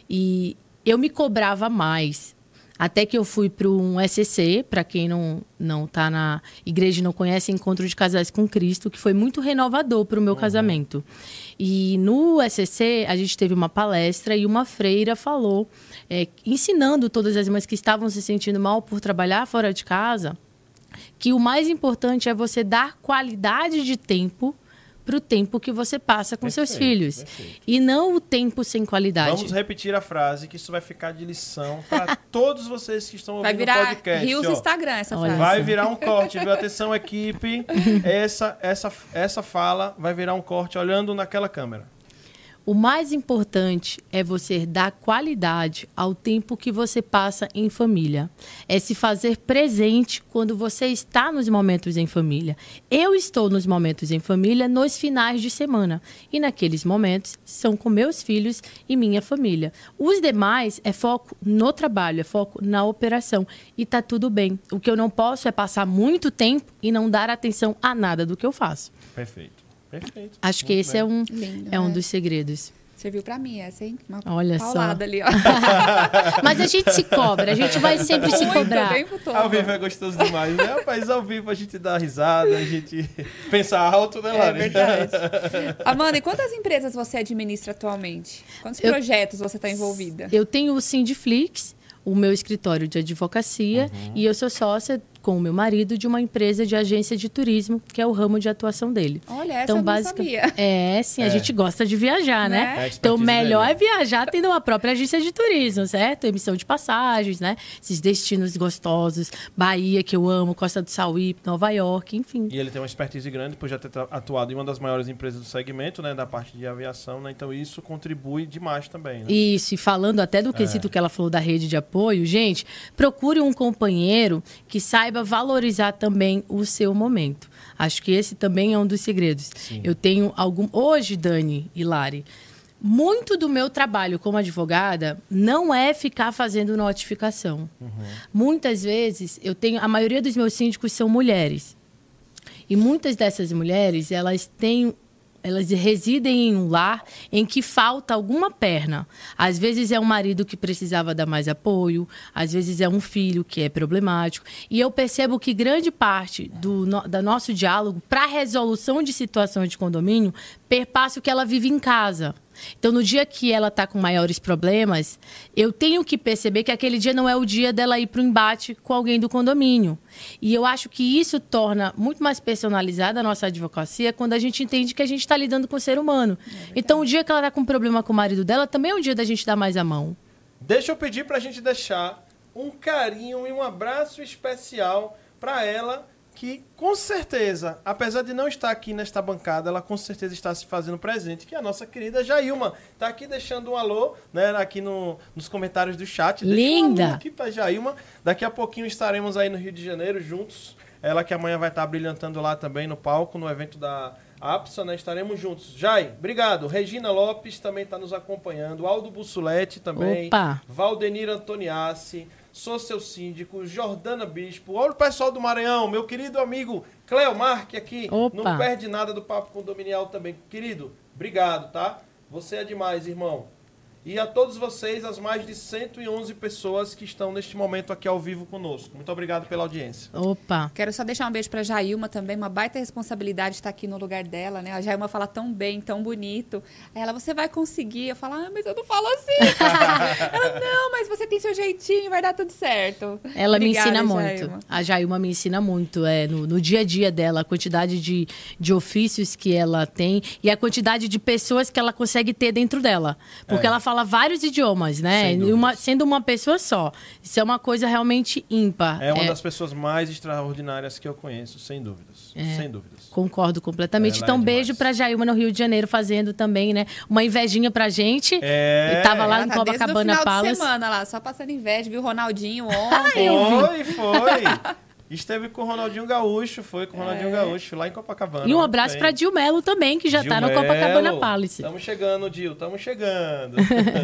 E eu me cobrava mais. Até que eu fui para um S C C, para quem não não está na igreja e não conhece, Encontro de Casais com Cristo, que foi muito renovador para o meu uhum. casamento. E no S C C, a gente teve uma palestra e uma freira falou, é, ensinando todas as mães que estavam se sentindo mal por trabalhar fora de casa, que o mais importante é você dar qualidade de tempo para o tempo que você passa com perfeito, seus filhos. Perfeito. E não o tempo sem qualidade. Vamos repetir a frase, que isso vai ficar de lição para todos vocês que estão ouvindo vai virar o podcast. Rios no Instagram essa frase. Vai virar um corte, viu? Atenção, equipe. Essa, essa, essa fala vai virar um corte olhando naquela câmera. O mais importante é você dar qualidade ao tempo que você passa em família. É se fazer presente quando você está nos momentos em família. Eu estou nos momentos em família nos finais de semana. E naqueles momentos são com meus filhos e minha família. Os demais é foco no trabalho, é foco na operação. E tá tudo bem. O que eu não posso é passar muito tempo e não dar atenção a nada do que eu faço. Perfeito. Perfeito. Acho Muito que esse bem. é um, Lindo, é um né? dos segredos. Serviu pra mim essa, hein? Uma Olha paulada só. ali, ó. Mas a gente se cobra, a gente vai sempre se Muito, cobrar. tempo todo. Ao vivo é gostoso demais, né? Rapaz, ao vivo a gente dá risada, a gente pensa alto, né, É Lari? verdade. Amanda, e quantas empresas você administra atualmente? Quantos Eu- projetos você está envolvida? Eu tenho o Sindiflix, o meu escritório de advocacia, Uhum. e eu sou sócia com o meu marido, de uma empresa de agência de turismo, que é o ramo de atuação dele. Olha, essa então, eu não basic... sabia. É, sim, a É. gente gosta de viajar, né? Né? É a Então, expertise melhor dele. é viajar tendo uma própria agência de turismo, certo? Emissão de passagens, né? Esses destinos gostosos, Bahia, que eu amo, Costa do Sauípe, Nova York, enfim. E ele tem uma expertise grande por já ter tra- atuado em uma das maiores empresas do segmento, né, da parte de aviação, né? Então isso contribui demais também, né? Isso, e falando até do quesito que ela falou da rede de apoio, gente, procure um companheiro que saiba valorizar também o seu momento. Acho que esse também é um dos segredos. Sim. Eu tenho algum... Hoje, Dani e Lari, muito do meu trabalho como advogada não é ficar fazendo notificação. Uhum. Muitas vezes, eu tenho... A maioria dos meus síndicos são mulheres. E muitas dessas mulheres, elas têm... Elas residem em um lar em que falta alguma perna. Às vezes é um marido que precisava dar mais apoio, às vezes é um filho que é problemático. E eu percebo que grande parte do no, da nosso diálogo para a resolução de situação de condomínio perpassa o que ela vive em casa. Então, no dia que ela está com maiores problemas, eu tenho que perceber que aquele dia não é o dia dela ir para o embate com alguém do condomínio. E eu acho que isso torna muito mais personalizada a nossa advocacia quando a gente entende que a gente está lidando com o ser humano. É então, o dia que ela está com problema com o marido dela, também é um dia da gente dar mais a mão. Deixa eu pedir pra gente deixar um carinho e um abraço especial pra ela, que com certeza, apesar de não estar aqui nesta bancada, ela com certeza está se fazendo presente, que é a nossa querida Jailma. Tá aqui deixando um alô, né, aqui no, nos comentários do chat. Deixa Linda! um alô aqui pra Jailma. Daqui a pouquinho estaremos aí no Rio de Janeiro juntos. Ela que amanhã vai estar brilhantando lá também no palco, no evento da APSA, né? Estaremos juntos. Jai, obrigado. Regina Lopes também está nos acompanhando. Aldo Bussolete também. Opa! Valdenir Antoniassi. Sou seu síndico, Jordana Bispo. Olha o pessoal do Maranhão, meu querido amigo Cleo Marque aqui. Opa. Não perde nada do Papo Condominial também. Querido, obrigado, tá? Você é demais, irmão. E a todos vocês, as mais de cento e onze pessoas que estão neste momento aqui ao vivo conosco. Muito obrigado pela audiência. Opa! Quero só deixar um beijo pra Jailma também, uma baita responsabilidade estar aqui no lugar dela, né? A Jailma fala tão bem, tão bonito. Aí ela, você vai conseguir. Eu falo, ah, mas eu não falo assim. Ela, não, mas você tem seu jeitinho, vai dar tudo certo. Ela Obrigada, me ensina muito. Jailma. A Jailma me ensina muito. É, no, no dia a dia dela, a quantidade de, de ofícios que ela tem e a quantidade de pessoas que ela consegue ter dentro dela. Porque É. ela fala vários idiomas, né? Sem E dúvidas. uma, sendo uma pessoa só. Isso é uma coisa realmente ímpar. É uma das pessoas mais extraordinárias que eu conheço, sem dúvidas. É. Sem dúvidas. Concordo completamente. Ela Então, é um beijo demais. pra Jailma no Rio de Janeiro, fazendo também, né? Uma invejinha pra gente. É. E tava lá Ela em tá desde o Copacabana final de Palace. semana lá, só passando inveja, viu o Ronaldinho ontem. Foi, foi. Esteve com o Ronaldinho Gaúcho, foi com o Ronaldinho É. Gaúcho, lá em Copacabana. E um muito abraço bem. pra Dil Melo também, que já Gil tá no Melo. Copacabana Palace. Estamos chegando, Dil, estamos chegando.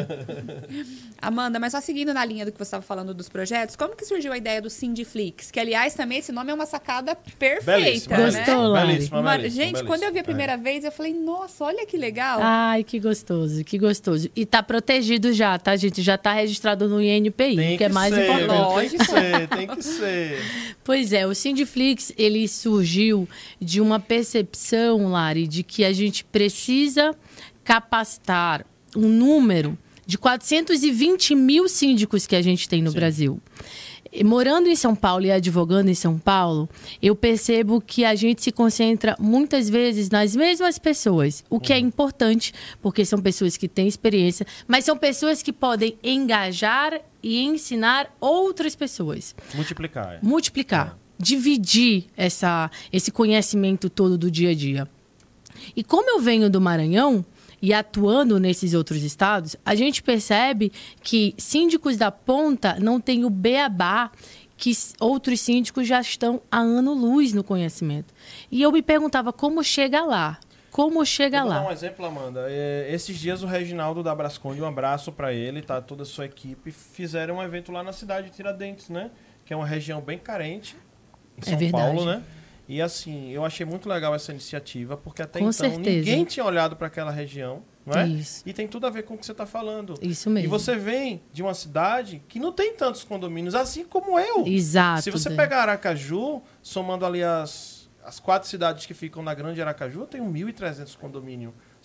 Amanda, mas só seguindo na linha do que você estava falando dos projetos, como que surgiu a ideia do Sindiflix? Que, aliás, também esse nome é uma sacada perfeita, Belíssima, né? Gostou, Lari? belíssima, Uma- belíssima, Gente, quando eu vi a primeira É. vez, eu falei, nossa, olha que legal. Ai, que gostoso, que gostoso. E tá protegido já, tá, gente? Já tá registrado no I N P I, Tem que é mais ser, importante. viu? Tem Lógico. que ser, tem que ser. Pois é, o Sindiflix, ele surgiu de uma percepção, Lari, de que a gente precisa capacitar um número de quatrocentos e vinte mil síndicos que a gente tem no Sim. Brasil. E morando em São Paulo e advogando em São Paulo, eu percebo que a gente se concentra muitas vezes nas mesmas pessoas, o que é importante, porque são pessoas que têm experiência, mas são pessoas que podem engajar e ensinar outras pessoas. Multiplicar. é. Multiplicar, dividir essa, esse conhecimento todo do dia a dia. E como eu venho do Maranhão e atuando nesses outros estados, a gente percebe que síndicos da ponta não têm o beabá que s- outros síndicos já estão há ano-luz no conhecimento. E eu me perguntava como chega lá? Como chega Eu vou dar um lá? exemplo, Amanda. É, esses dias o Reginaldo da Brasconde, um abraço pra ele, tá? Toda a sua equipe, fizeram um evento lá na cidade de Tiradentes, né? Que é uma região bem carente, em É São verdade. Paulo, né? E assim, eu achei muito legal essa iniciativa, porque até Com então certeza. ninguém tinha olhado para aquela região, não é? Isso. E tem tudo a ver com o que você está falando. Isso mesmo. E você vem de uma cidade que não tem tantos condomínios, assim como eu. Exato. Se você Dan. pegar Aracaju, somando ali as, as quatro cidades que ficam na Grande Aracaju, tem mil e trezentos condomínios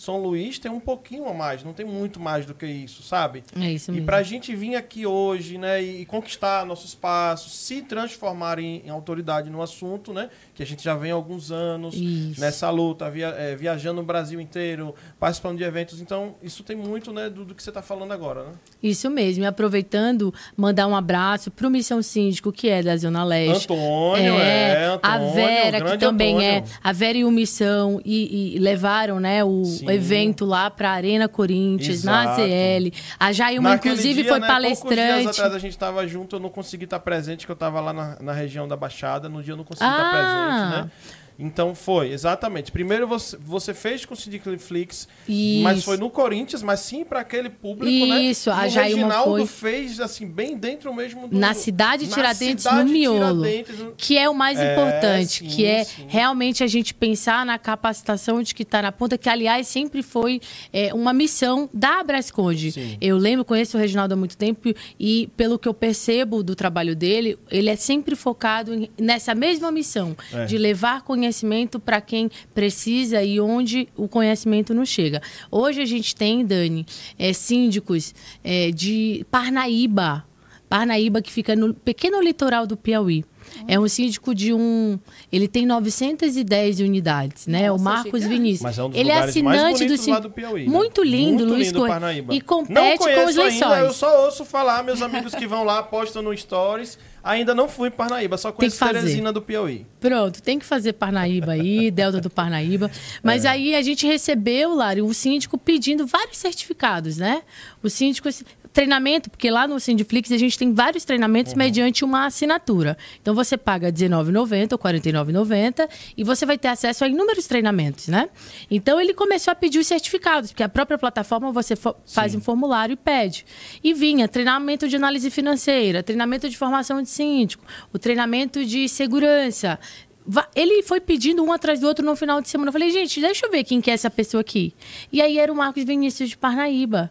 São Luís tem um pouquinho a mais, não tem muito mais do que isso, sabe? É isso E mesmo. pra gente vir aqui hoje, né, e conquistar nosso espaço, se transformar em, em autoridade no assunto, né, que a gente já vem há alguns anos Isso. nessa luta, via, é, viajando o Brasil inteiro, participando de eventos, então isso tem muito, né, do, do que você tá falando agora, né? Isso mesmo. E aproveitando, mandar um abraço pro Missão Síndico, que é da Zona Leste. Antônio, é, Antônio, a Vera, que grande também Antônio. é. A Vera e o Missão e, e levaram, né, o Sim. evento lá pra Arena Corinthians, na Exato. A Z L. A Jailma, Naquele inclusive, dia, foi né, poucos dias palestrante. atrás a gente estava junto, eu não consegui estar presente, que eu estava lá na, na região da Baixada, no dia eu não consegui Ah. estar presente, né? Então foi, exatamente. Primeiro você, você fez com o Syndicliflix, mas Isso. foi no Corinthians, mas sim para aquele público, né? Isso, a E o Jailma Reginaldo foi- fez assim, bem dentro mesmo do... Na cidade de na Tiradentes, cidade no de miolo. Tiradentes, no- Que é o mais É, importante, sim, que é sim. realmente a gente pensar na capacitação de que está na ponta, que, aliás, sempre foi é, uma missão da Abrasconde. Sim. Eu lembro, conheço o Reginaldo há muito tempo e, pelo que eu percebo do trabalho dele, ele é sempre focado em- nessa mesma missão, É. de levar conhecimento para quem precisa e onde o conhecimento não chega. Hoje a gente tem, Dani, é, síndicos é, de Parnaíba, Parnaíba, que fica no pequeno litoral do Piauí. É um síndico de um... Ele tem novecentas e dez unidades, né? Nossa, o Marcos gigante. Vinícius. Mas é um dos ele é lugares mais assinante do bonitos lá sín- do Piauí, né? Muito lindo, Muito Luiz lindo, Correia. Parnaíba. E Não compete com os conheço ainda, lençóis. eu só ouço falar, meus amigos que vão lá, postam no Stories. Ainda não fui em Parnaíba, só conheço que fazer. Teresina do Piauí. Pronto, tem que fazer Parnaíba aí, Delta do Parnaíba. Mas É. aí a gente recebeu, Lari, o síndico pedindo vários certificados, né? O síndico... Treinamento, porque lá no Syndiflix a gente tem vários treinamentos Uhum. mediante uma assinatura. Então você paga dezenove reais e noventa centavos ou quarenta e nove reais e noventa centavos e você vai ter acesso a inúmeros treinamentos, né? Então ele começou a pedir os certificados, porque a própria plataforma você fo- faz Sim. um formulário e pede. E vinha treinamento de análise financeira, treinamento de formação de síndico, o treinamento de segurança. Va- Ele foi pedindo um atrás do outro no final de semana. Eu falei, gente, deixa eu ver quem que é essa pessoa aqui. E aí era o Marcos Vinícius de Parnaíba.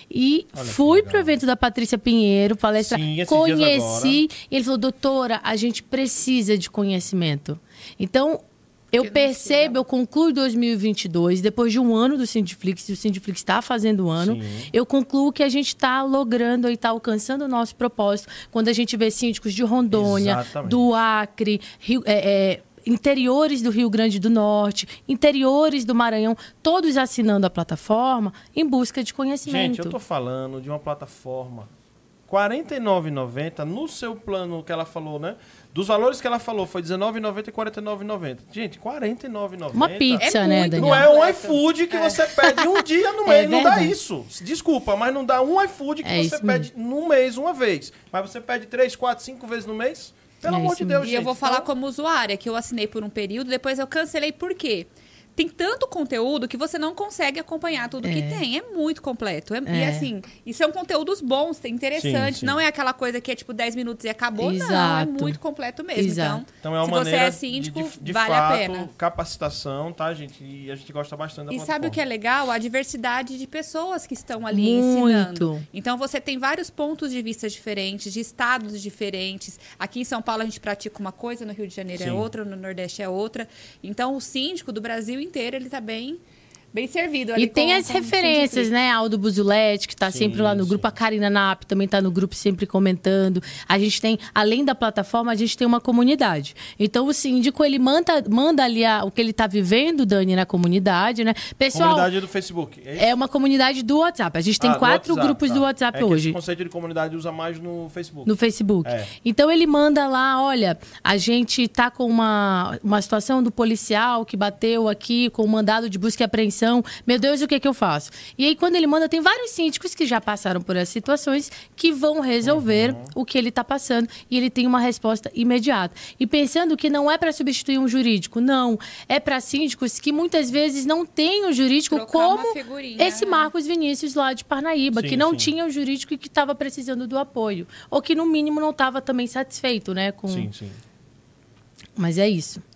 E Olha que fui legal. pro evento da Patrícia Pinheiro, palestra, Sim, esses dias conheci. E ele falou, doutora, a gente precisa de conhecimento. Então, eu Que percebo, eu concluo dois mil e vinte e dois, depois de um ano do Syndiflix, e o Syndiflix está fazendo um ano, Sim. eu concluo que a gente está logrando e está alcançando o nosso propósito. Quando a gente vê síndicos de Rondônia, Exatamente. do Acre, Rio, é, é, interiores do Rio Grande do Norte, interiores do Maranhão, todos assinando a plataforma em busca de conhecimento. Gente, eu tô falando de uma plataforma quarenta e nove reais e noventa centavos no seu plano que ela falou, né? Dos valores que ela falou, foi dezenove reais e noventa centavos e quarenta e nove reais e noventa centavos. Gente, quarenta e nove reais e noventa Uma centavos. pizza, É né, muito, Daniel? Não é um completo. iFood que É. você pede um dia no É mês, não dá verdade. isso. Desculpa, mas não dá um iFood que É você isso pede no mês uma vez. Mas você pede três, quatro, cinco vezes no mês? Pelo É amor isso de Deus, E gente. eu vou falar Então, como usuária, que eu assinei por um período, depois eu cancelei. Por quê? Tem tanto conteúdo que você não consegue acompanhar tudo que É. tem. É muito completo. É- E É. assim, e são conteúdos bons, interessantes. Sim, sim. Não é aquela coisa que é tipo dez minutos e acabou. Não, é Exato. muito completo mesmo. Exato. Então é uma se maneira você é de- síndico, de, de, vale fato, a pena. capacitação, tá, gente? E a gente gosta bastante da E plataforma. sabe o que é legal? A diversidade de pessoas que estão ali Muito. ensinando. Então você tem vários pontos de vista diferentes, de estados diferentes. Aqui em São Paulo a gente pratica uma coisa, no Rio de Janeiro é Sim. outra, no Nordeste é outra. Então o síndico do Brasil inteiro, ele tá bem, bem servido ali E tem com- as com o referências, Syndiflix. né? Aldo Buzuletti, que está Sim, sempre lá no sim. grupo. A Karina Nap também está no grupo, sempre comentando. A gente tem, além da plataforma, a gente tem uma comunidade. Então, o síndico, ele manda, manda ali a- o que ele está vivendo, Dani, na comunidade, né? Pessoal, Comunidade do Facebook. É isso? é uma comunidade do WhatsApp. A gente tem Ah, do quatro WhatsApp, grupos tá. do WhatsApp É que hoje. Esse conceito de comunidade usa mais no Facebook. No Facebook. É. Então ele manda lá, olha, a gente tá com uma, uma situação do policial que bateu aqui com o mandado de busca e apreensão. Meu Deus, o que que eu faço? E aí quando ele manda, tem vários síndicos que já passaram por essas situações que vão resolver Uhum. o que ele tá passando e ele tem uma resposta imediata. E pensando que não é para substituir um jurídico, não. É para síndicos que muitas vezes não têm o jurídico Trocar uma como figurinha, esse né? Marcos Vinícius lá de Parnaíba, Sim, que não sim. tinha o jurídico e que estava precisando do apoio. Ou que, no mínimo, não estava também satisfeito, né? Com... Sim, sim. Mas é isso.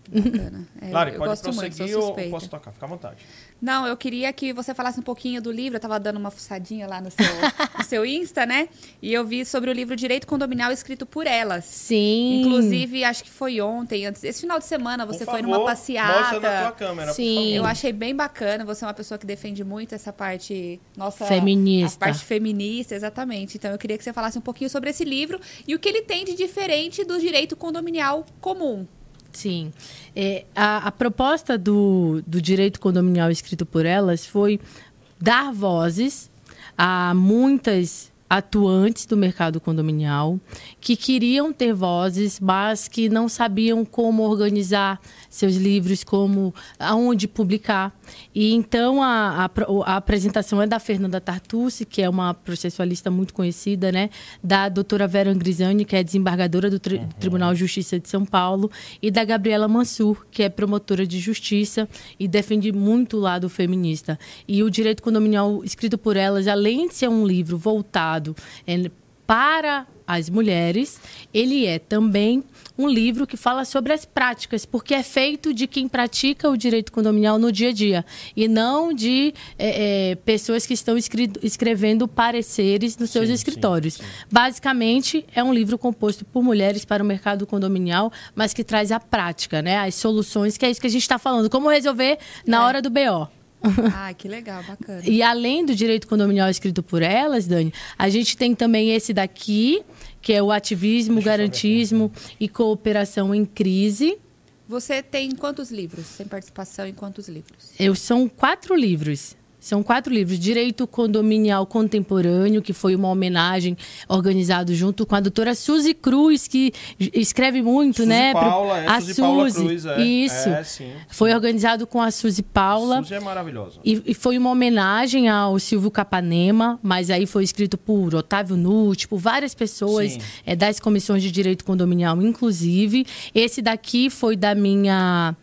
Bacana. É, Lari, eu pode gosto muito, prosseguir sou ou suspeita. posso tocar? Fica à vontade. Não, eu queria que você falasse um pouquinho do livro. Eu estava dando uma fuçadinha lá no seu, no seu Insta, né? E eu vi sobre o livro Direito Condominial escrito por elas. Sim. Inclusive, acho que foi ontem, antes, esse final de semana, você Por foi favor, numa passeata. mostra na tua câmera, Sim. por favor. Eu achei bem bacana. Você é uma pessoa que defende muito essa parte nossa Feminista. A parte feminista, exatamente. Então eu queria que você falasse um pouquinho sobre esse livro e o que ele tem de diferente do direito condominial comum. Sim. É, a, a proposta do, do direito condominial escrito por elas foi dar vozes a muitas atuantes do mercado condominial que queriam ter vozes, mas que não sabiam como organizar seus livros, como aonde publicar. E então a, a, a apresentação é da Fernanda Tartucci, que é uma processualista muito conhecida, né? Da doutora Vera Angrisani, que é desembargadora do Tri- uhum. Tribunal de Justiça de São Paulo, e da Gabriela Mansur, que é promotora de justiça e defende muito o lado feminista. E o direito condominial escrito por elas, além de ser um livro voltado é, para as mulheres, ele é também um livro que fala sobre as práticas, porque é feito de quem pratica o direito condominial no dia a dia, e não de é, é, pessoas que estão escri- escrevendo pareceres nos seus sim, escritórios. Sim, sim. Basicamente, é um livro composto por mulheres para o mercado condominial, mas que traz a prática, né? As soluções, que é isso que a gente está falando. Como resolver na É. hora do B O. Ah, que legal, bacana. E além do direito condominial escrito por elas, Dani, a gente tem também esse daqui, que é o ativismo, Deixa eu garantismo e cooperação em crise. Você tem quantos livros? Tem participação em quantos livros? Eu, são quatro livros. São quatro livros. Direito Condominial Contemporâneo, que foi uma homenagem organizada junto com a doutora Suzy Cruz, que escreve muito, Suzy né? Paula, é, a Suzy Paula Suzy. Cruz, é. Isso. É, sim, foi sim. organizado com a Suzy Paula. Suzy é maravilhosa. E, e foi uma homenagem ao Silvio Capanema, mas aí foi escrito por Otávio Nutti, por várias pessoas é, das comissões de direito condominial, inclusive. Esse daqui foi da minha...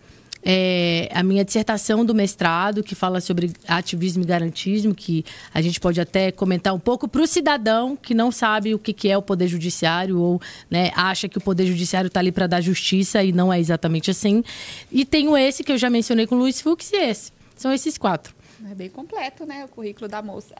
É, a minha dissertação do mestrado, que fala sobre ativismo e garantismo, que a gente pode até comentar um pouco para o cidadão que não sabe o que, que é o Poder Judiciário ou né, acha que o Poder Judiciário está ali para dar justiça e não é exatamente assim. E tenho esse que eu já mencionei com o Luiz Fux e esse. São esses quatro. É bem completo, né? O currículo da moça.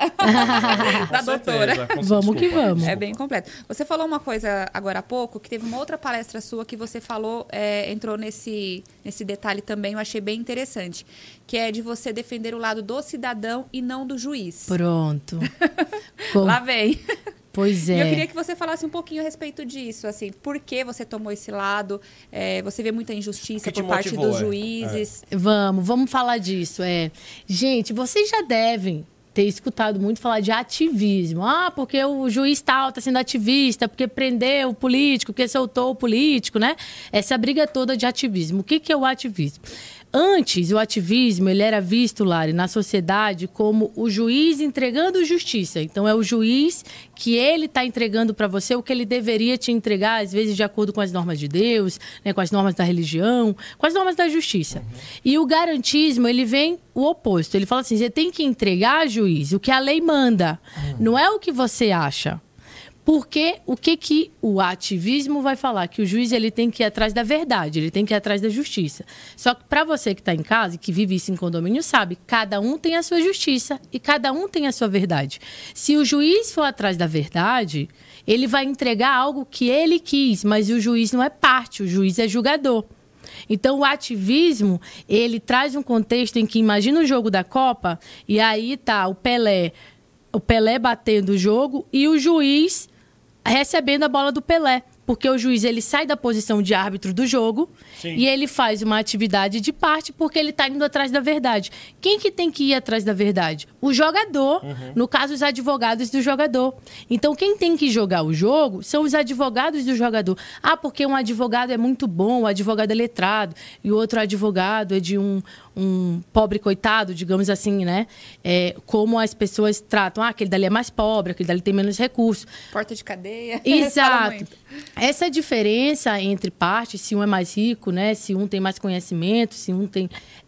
Com da doutora. certeza, com- Vamos que desculpa, vamos. desculpa. É bem completo. Você falou uma coisa agora há pouco, que teve uma outra palestra sua que você falou, é, entrou nesse, nesse detalhe também, eu achei bem interessante, que é de você defender o lado do cidadão e não do juiz. Pronto. Com- Lá vem. Pois E eu é. queria que você falasse um pouquinho a respeito disso, assim, por que você tomou esse lado? É, você vê muita injustiça O que te por parte motivou, dos é? juízes. Vamos, vamos falar disso. É. Gente, vocês já devem ter escutado muito falar de ativismo. Ah, porque o juiz tal está sendo ativista, porque prendeu o político, porque soltou o político, né? Essa briga toda de ativismo. O que, que é o ativismo? Antes, o ativismo ele era visto, Lari, na sociedade como o juiz entregando justiça. Então, é o juiz que ele está entregando para você o que ele deveria te entregar, às vezes de acordo com as normas de Deus, né, com as normas da religião, com as normas da justiça. Uhum. E o garantismo, ele vem o oposto. Ele fala assim, você tem que entregar, juiz, o que a lei manda. Uhum. Não é o que você acha. Porque o que, que o ativismo vai falar? Que o juiz ele tem que ir atrás da verdade, ele tem que ir atrás da justiça. Só que para você que está em casa e que vive isso em condomínio, sabe, cada um tem a sua justiça e cada um tem a sua verdade. Se o juiz for atrás da verdade, ele vai entregar algo que ele quis, mas o juiz não é parte, o juiz é julgador. Então, o ativismo, ele traz um contexto em que, imagina o jogo da Copa, e aí tá o Pelé, o Pelé batendo o jogo e o juiz recebendo a bola do Pelé. Porque o juiz ele sai da posição de árbitro do jogo Sim. e ele faz uma atividade de parte porque ele está indo atrás da verdade. Quem que tem que ir atrás da verdade? O jogador, uhum. no caso, os advogados do jogador. Então, quem tem que jogar o jogo são os advogados do jogador. Ah, porque um advogado é muito bom, o advogado é letrado, e o outro advogado é de um, um pobre coitado, digamos assim, né? É, como as pessoas tratam. Ah, aquele dali é mais pobre, aquele dali tem menos recursos. Porta de cadeia. Exato. Essa diferença entre partes, se um é mais rico, né? Se um tem mais conhecimento, se um tem...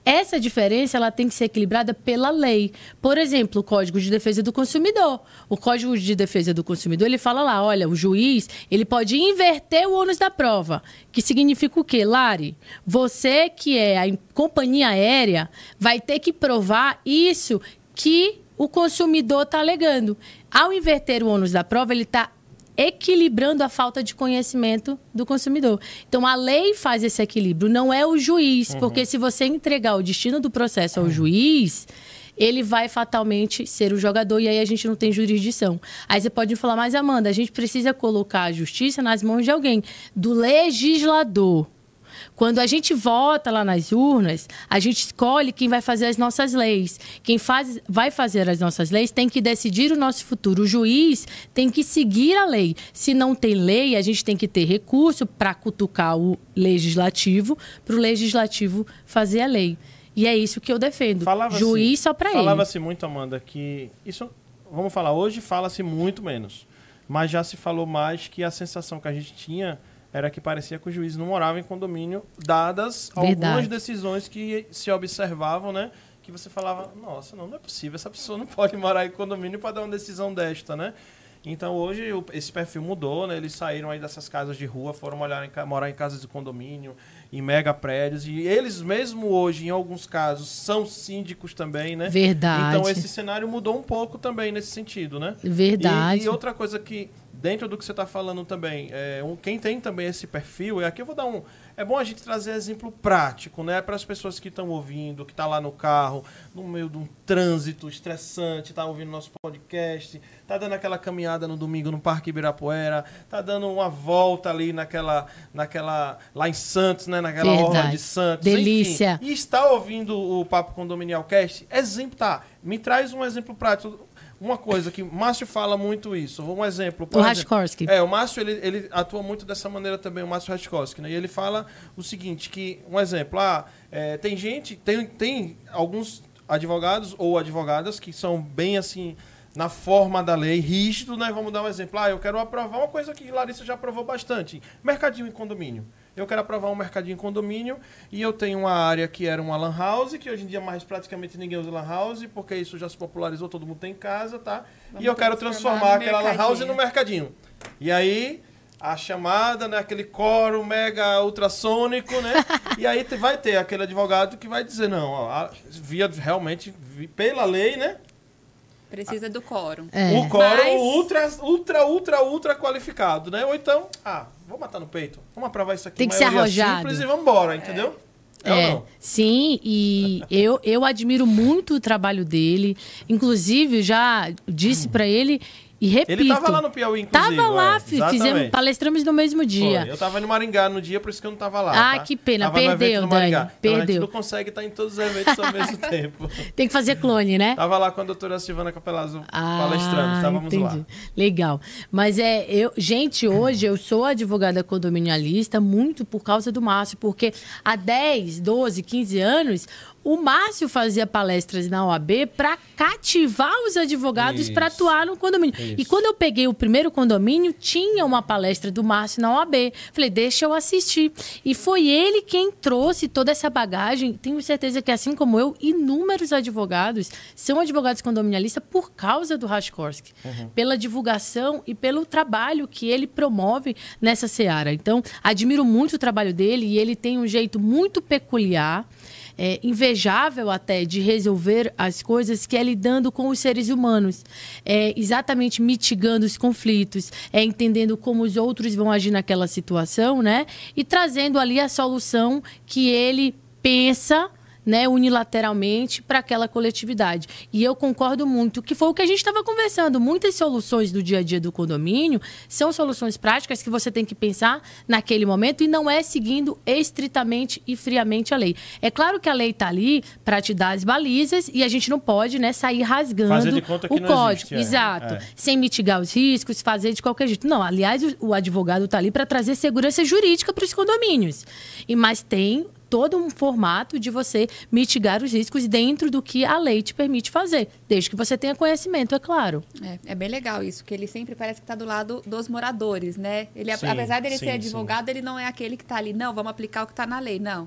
essa diferença ela tem que ser equilibrada pela lei. Por exemplo, o Código de Defesa do Consumidor. O Código de Defesa do Consumidor, ele fala lá, olha, o juiz, ele pode inverter o ônus da prova. Que significa o quê, Lari? Você que é a companhia aérea vai ter que provar isso que o consumidor está alegando. Ao inverter o ônus da prova, ele está equilibrando a falta de conhecimento do consumidor. Então, a lei faz esse equilíbrio, não é o juiz. Uhum. Porque se você entregar o destino do processo ao uhum. juiz, ele vai fatalmente ser o jogador e aí a gente não tem jurisdição. Aí você pode falar, mas Amanda, a gente precisa colocar a justiça nas mãos de alguém, do legislador. Quando a gente vota lá nas urnas, a gente escolhe quem vai fazer as nossas leis. Quem faz, vai fazer as nossas leis tem que decidir o nosso futuro. O juiz tem que seguir a lei. Se não tem lei, a gente tem que ter recurso para cutucar o legislativo, para o legislativo fazer a lei. E é isso que eu defendo. Falava juiz só para ele. Falava-se muito, Amanda, que isso, vamos falar, hoje fala-se muito menos. Mas já se falou mais que a sensação que a gente tinha era que parecia que o juiz não morava em condomínio, dadas Verdade. algumas decisões que se observavam, né? Que você falava, nossa, não, não é possível, essa pessoa não pode morar em condomínio para dar uma decisão desta, né? Então, hoje, o, esse perfil mudou, né? Eles saíram aí dessas casas de rua, foram morar em, morar em casas de condomínio, em mega prédios, e eles mesmo hoje, em alguns casos, são síndicos também, né? Verdade. Então, esse cenário mudou um pouco também nesse sentido, né? Verdade. E, e outra coisa que, dentro do que você está falando também, é, um, quem tem também esse perfil, e aqui eu vou dar um... É bom a gente trazer exemplo prático, né? Para as pessoas que estão ouvindo, que estão tá lá no carro, no meio de um trânsito estressante, tá ouvindo nosso podcast, tá dando aquela caminhada no domingo no Parque Ibirapuera, tá dando uma volta ali naquela, naquela lá em Santos, né? Naquela Verdade. orla de Santos. Delícia. Enfim, e está ouvindo o Papo Condominial Cast, exemplo, tá? Me traz um exemplo prático. Uma coisa que o Márcio fala muito isso. Um exemplo. O Rashkorsky. É, o Márcio, ele, ele atua muito dessa maneira também, o Márcio Rashkorsky, né? E ele fala o seguinte, que, um exemplo, ah, é, tem gente, tem, tem alguns advogados ou advogadas que são bem, assim, na forma da lei, rígido, né? Vamos dar um exemplo. Ah, eu quero aprovar uma coisa que Larissa já aprovou bastante. Mercadinho em condomínio. Eu quero aprovar um mercadinho em condomínio e eu tenho uma área que era uma lan house, que hoje em dia mais praticamente ninguém usa lan house, porque isso já se popularizou, todo mundo tem em casa, tá? Vamos e eu quero transformar aquela lan house no mercadinho. E aí, a chamada, né, aquele coro mega ultrassônico, né? E aí vai ter aquele advogado que vai dizer, não, ó, via realmente, pela lei, né? Precisa do quórum. É. O quórum Mas... ultra, ultra, ultra, ultra qualificado, né? Ou então, ah, vou matar no peito. Vamos aprovar isso aqui. Tem que ser arrojado. Simples e vamos embora, entendeu? É, é, é sim, e eu, eu admiro muito o trabalho dele. Inclusive, já disse para ele... E repito, ele estava lá no Piauí, inclusive. Tava lá, é, fizemos, palestramos no mesmo dia. Foi. Eu estava em Maringá no dia, por isso que eu não estava lá. Ah, tá? que pena, tava perdeu, Dani. Então, perdeu. A gente não consegue estar em todos os eventos ao mesmo tempo. Tem que fazer clone, né? Tava lá com a doutora Silvana Capelazzo ah, palestrando, estávamos lá. Legal. Mas é, eu, gente, hoje eu sou advogada condominialista muito por causa do Márcio, porque há dez, doze, quinze anos... O Márcio fazia palestras na O A B para cativar os advogados para atuar no condomínio. Isso. E quando eu peguei o primeiro condomínio, tinha uma palestra do Márcio na O A B. Falei, deixa eu assistir. E foi ele quem trouxe toda essa bagagem. Tenho certeza que, assim como eu, inúmeros advogados são advogados condominialistas por causa do Rashkorsky. Uhum. Pela divulgação e pelo trabalho que ele promove nessa seara. Então, admiro muito o trabalho dele e ele tem um jeito muito peculiar, É, invejável até de resolver as coisas, que é lidando com os seres humanos, é, exatamente mitigando os conflitos, é entendendo como os outros vão agir naquela situação, né? E trazendo ali a solução que ele pensa, né, unilateralmente para aquela coletividade. E eu concordo muito, que foi o que a gente estava conversando. Muitas soluções do dia a dia do condomínio são soluções práticas que você tem que pensar naquele momento e não é seguindo estritamente e friamente a lei. É claro que a lei está ali para te dar as balizas e a gente não pode, né, sair rasgando o código. Existe, é. Exato. É. Sem mitigar os riscos, fazer de qualquer jeito. Não, aliás, o, o advogado está ali para trazer segurança jurídica para os condomínios. E, mas tem todo um formato de você mitigar os riscos dentro do que a lei te permite fazer, desde que você tenha conhecimento, é claro. É, é bem legal isso, que ele sempre parece que está do lado dos moradores, né? Ele, sim, apesar dele sim, ser advogado, sim. ele não é aquele que está ali, não, vamos aplicar o que está na lei, não.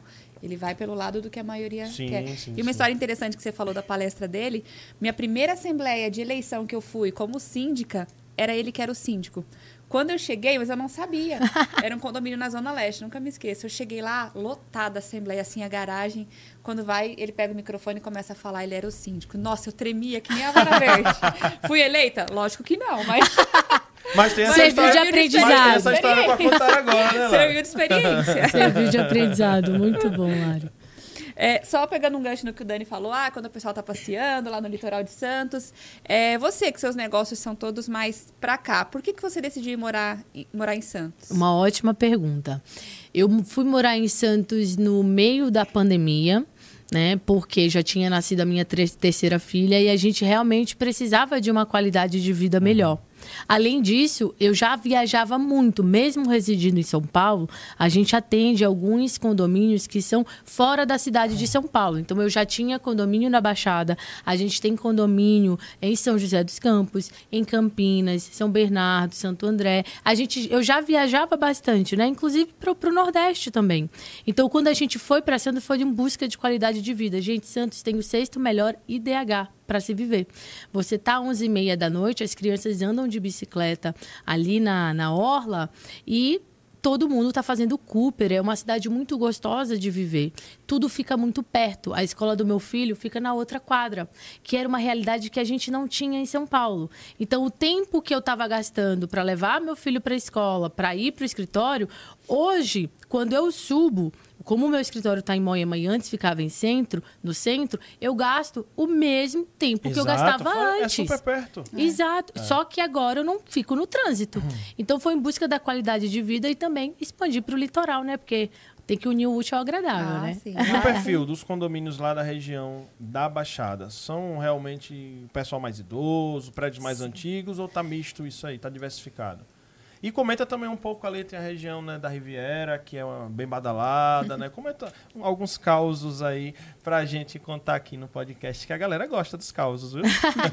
Ele vai pelo lado do que a maioria sim, quer. Sim, e uma sim. história interessante que você falou da palestra dele, minha primeira assembleia de eleição que eu fui como síndica, era ele que era o síndico. Quando eu cheguei, mas eu não sabia. Era um condomínio na Zona Leste, nunca me esqueço. Eu cheguei lá, lotada a assembleia, assim, a garagem. Quando vai, ele pega o microfone e começa a falar, ele era o síndico. Nossa, eu tremia que nem a vara verde. Fui eleita? Lógico que não, mas... Mas tem essa Serviu história de aprendizado. Mas tem essa história pra contar agora, né, Lari? Serviu de experiência. Serviu de aprendizado. Muito bom, Lari. É, só pegando um gancho no que o Dani falou, ah, quando o pessoal tá passeando lá no litoral de Santos, é, você que seus negócios são todos mais pra cá, por que, que você decidiu ir morar, morar em Santos? Uma ótima pergunta. Eu fui morar em Santos no meio da pandemia, né? Porque já tinha nascido a minha terceira filha e a gente realmente precisava de uma qualidade de vida melhor. Além disso, eu já viajava muito, mesmo residindo em São Paulo, a gente atende alguns condomínios que são fora da cidade de São Paulo. Então, eu já tinha condomínio na Baixada, a gente tem condomínio em São José dos Campos, em Campinas, São Bernardo, Santo André. A gente, eu já viajava bastante, né? Inclusive para o Nordeste também. Então, quando a gente foi para Santos, foi em busca de qualidade de vida. Gente, Santos tem o sexto melhor I D H para se viver. Você tá às onze e meia da noite, as crianças andam de bicicleta ali na, na orla e todo mundo está fazendo Cooper. É uma cidade muito gostosa de viver. Tudo fica muito perto. A escola do meu filho fica na outra quadra, que era uma realidade que a gente não tinha em São Paulo. Então, o tempo que eu estava gastando para levar meu filho para a escola, para ir para o escritório, hoje, quando eu subo, como o meu escritório está em Moema e antes ficava em centro, no centro, eu gasto o mesmo tempo Exato, que eu gastava foi, antes. É super perto. Exato. É. Só que agora eu não fico no trânsito. Uhum. Então foi em busca da qualidade de vida e também expandir para o litoral, né? Porque tem que unir o útil ao agradável, ah, né? Sim. E o perfil dos condomínios lá da região da Baixada são realmente pessoal mais idoso, prédios mais sim. antigos ou tá misto isso aí, tá diversificado? E comenta também um pouco ali, tem a região, né, da Riviera, que é uma, bem badalada, né? Comenta alguns causos aí pra gente contar aqui no podcast, que a galera gosta dos causos, viu?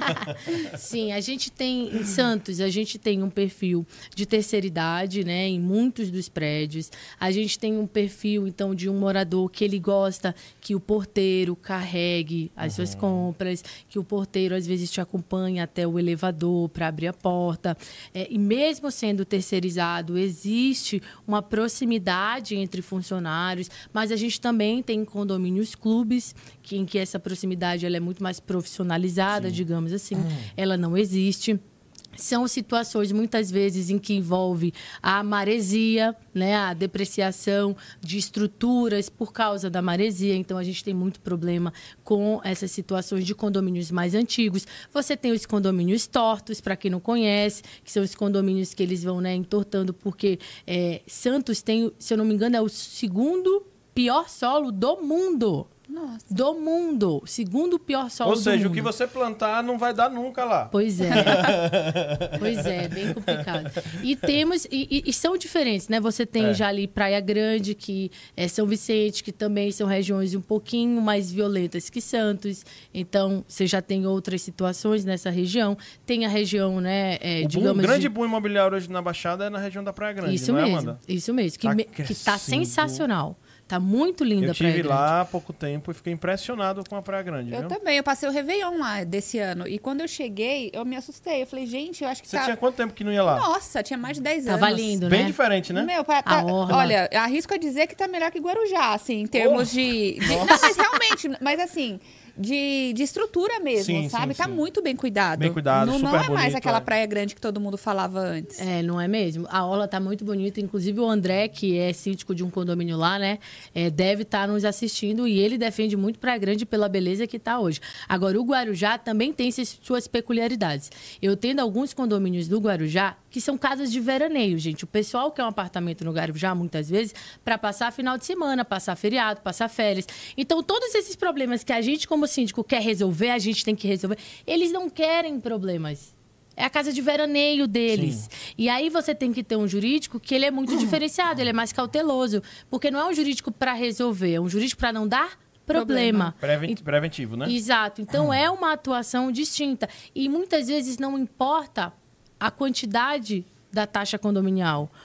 Sim, a gente tem, em Santos, a gente tem um perfil de terceira idade, né, em muitos dos prédios. A gente tem um perfil, então, de um morador que ele gosta que o porteiro carregue as uhum. suas compras, que o porteiro, às vezes, te acompanhe até o elevador para abrir a porta. É, e mesmo sendo terceirizado, existe uma proximidade entre funcionários, mas a gente também tem condomínios clubes, que, em que essa proximidade ela é muito mais profissionalizada, Sim. digamos assim. Hum. Ela não existe. São situações, muitas vezes, em que envolve a maresia, né? A depreciação de estruturas por causa da maresia. Então, a gente tem muito problema com essas situações de condomínios mais antigos. Você tem os condomínios tortos, para quem não conhece, que são os condomínios que eles vão, né, entortando, porque é, Santos tem, se eu não me engano, é o segundo pior solo do mundo. Nossa. Do mundo. Segundo pior solo do mundo. Ou seja, o que você plantar não vai dar nunca lá. Pois é. Pois é, bem complicado. E temos... E, e, e são diferentes, né? Você tem é. já ali Praia Grande, que é São Vicente, que também são regiões um pouquinho mais violentas que Santos. Então, você já tem outras situações nessa região. Tem a região, né? É, o digamos... boom, o grande de... boom imobiliário hoje na Baixada é na região da Praia Grande, isso não mesmo, é, Amanda? Isso mesmo. Que, tá me... que tá sensacional. Tá muito linda a Praia Grande. Eu estive lá há pouco tempo e fiquei impressionado com a Praia Grande, Eu viu? também. Eu passei o Réveillon lá desse ano. E quando eu cheguei, eu me assustei. Eu falei, gente, eu acho que Você tá... tinha quanto tempo que não ia lá? Nossa, tinha mais de dez anos. Tava lindo, Bem né? diferente, né? Meu, tá, a orla. Olha, arrisco a dizer que tá melhor que Guarujá, assim, em termos oh. de... de... Não, mas realmente, mas assim... De, de estrutura mesmo, sim, sabe? Sim, tá sim. muito bem cuidado. Bem cuidado, não, super não é mais bonito, aquela é. praia grande que todo mundo falava antes. É, não é mesmo? A orla tá muito bonita. Inclusive o André, que é síndico de um condomínio lá, né? É, deve estar nos assistindo e ele defende muito Praia Grande pela beleza que tá hoje. Agora, o Guarujá também tem suas peculiaridades. Eu tendo alguns condomínios do Guarujá que são casas de veraneio, gente. O pessoal quer um apartamento no Guarujá, muitas vezes, para passar final de semana, passar feriado, passar férias. Então, todos esses problemas que a gente, como síndico, quer resolver, a gente tem que resolver, eles não querem problemas. É a casa de veraneio deles. Sim. E aí você tem que ter um jurídico que ele é muito diferenciado, ele é mais cauteloso. Porque não é um jurídico para resolver, é um jurídico para não dar problema. Prevent, preventivo, né? Exato. Então, é uma atuação distinta. E muitas vezes não importa a quantidade da taxa condominial.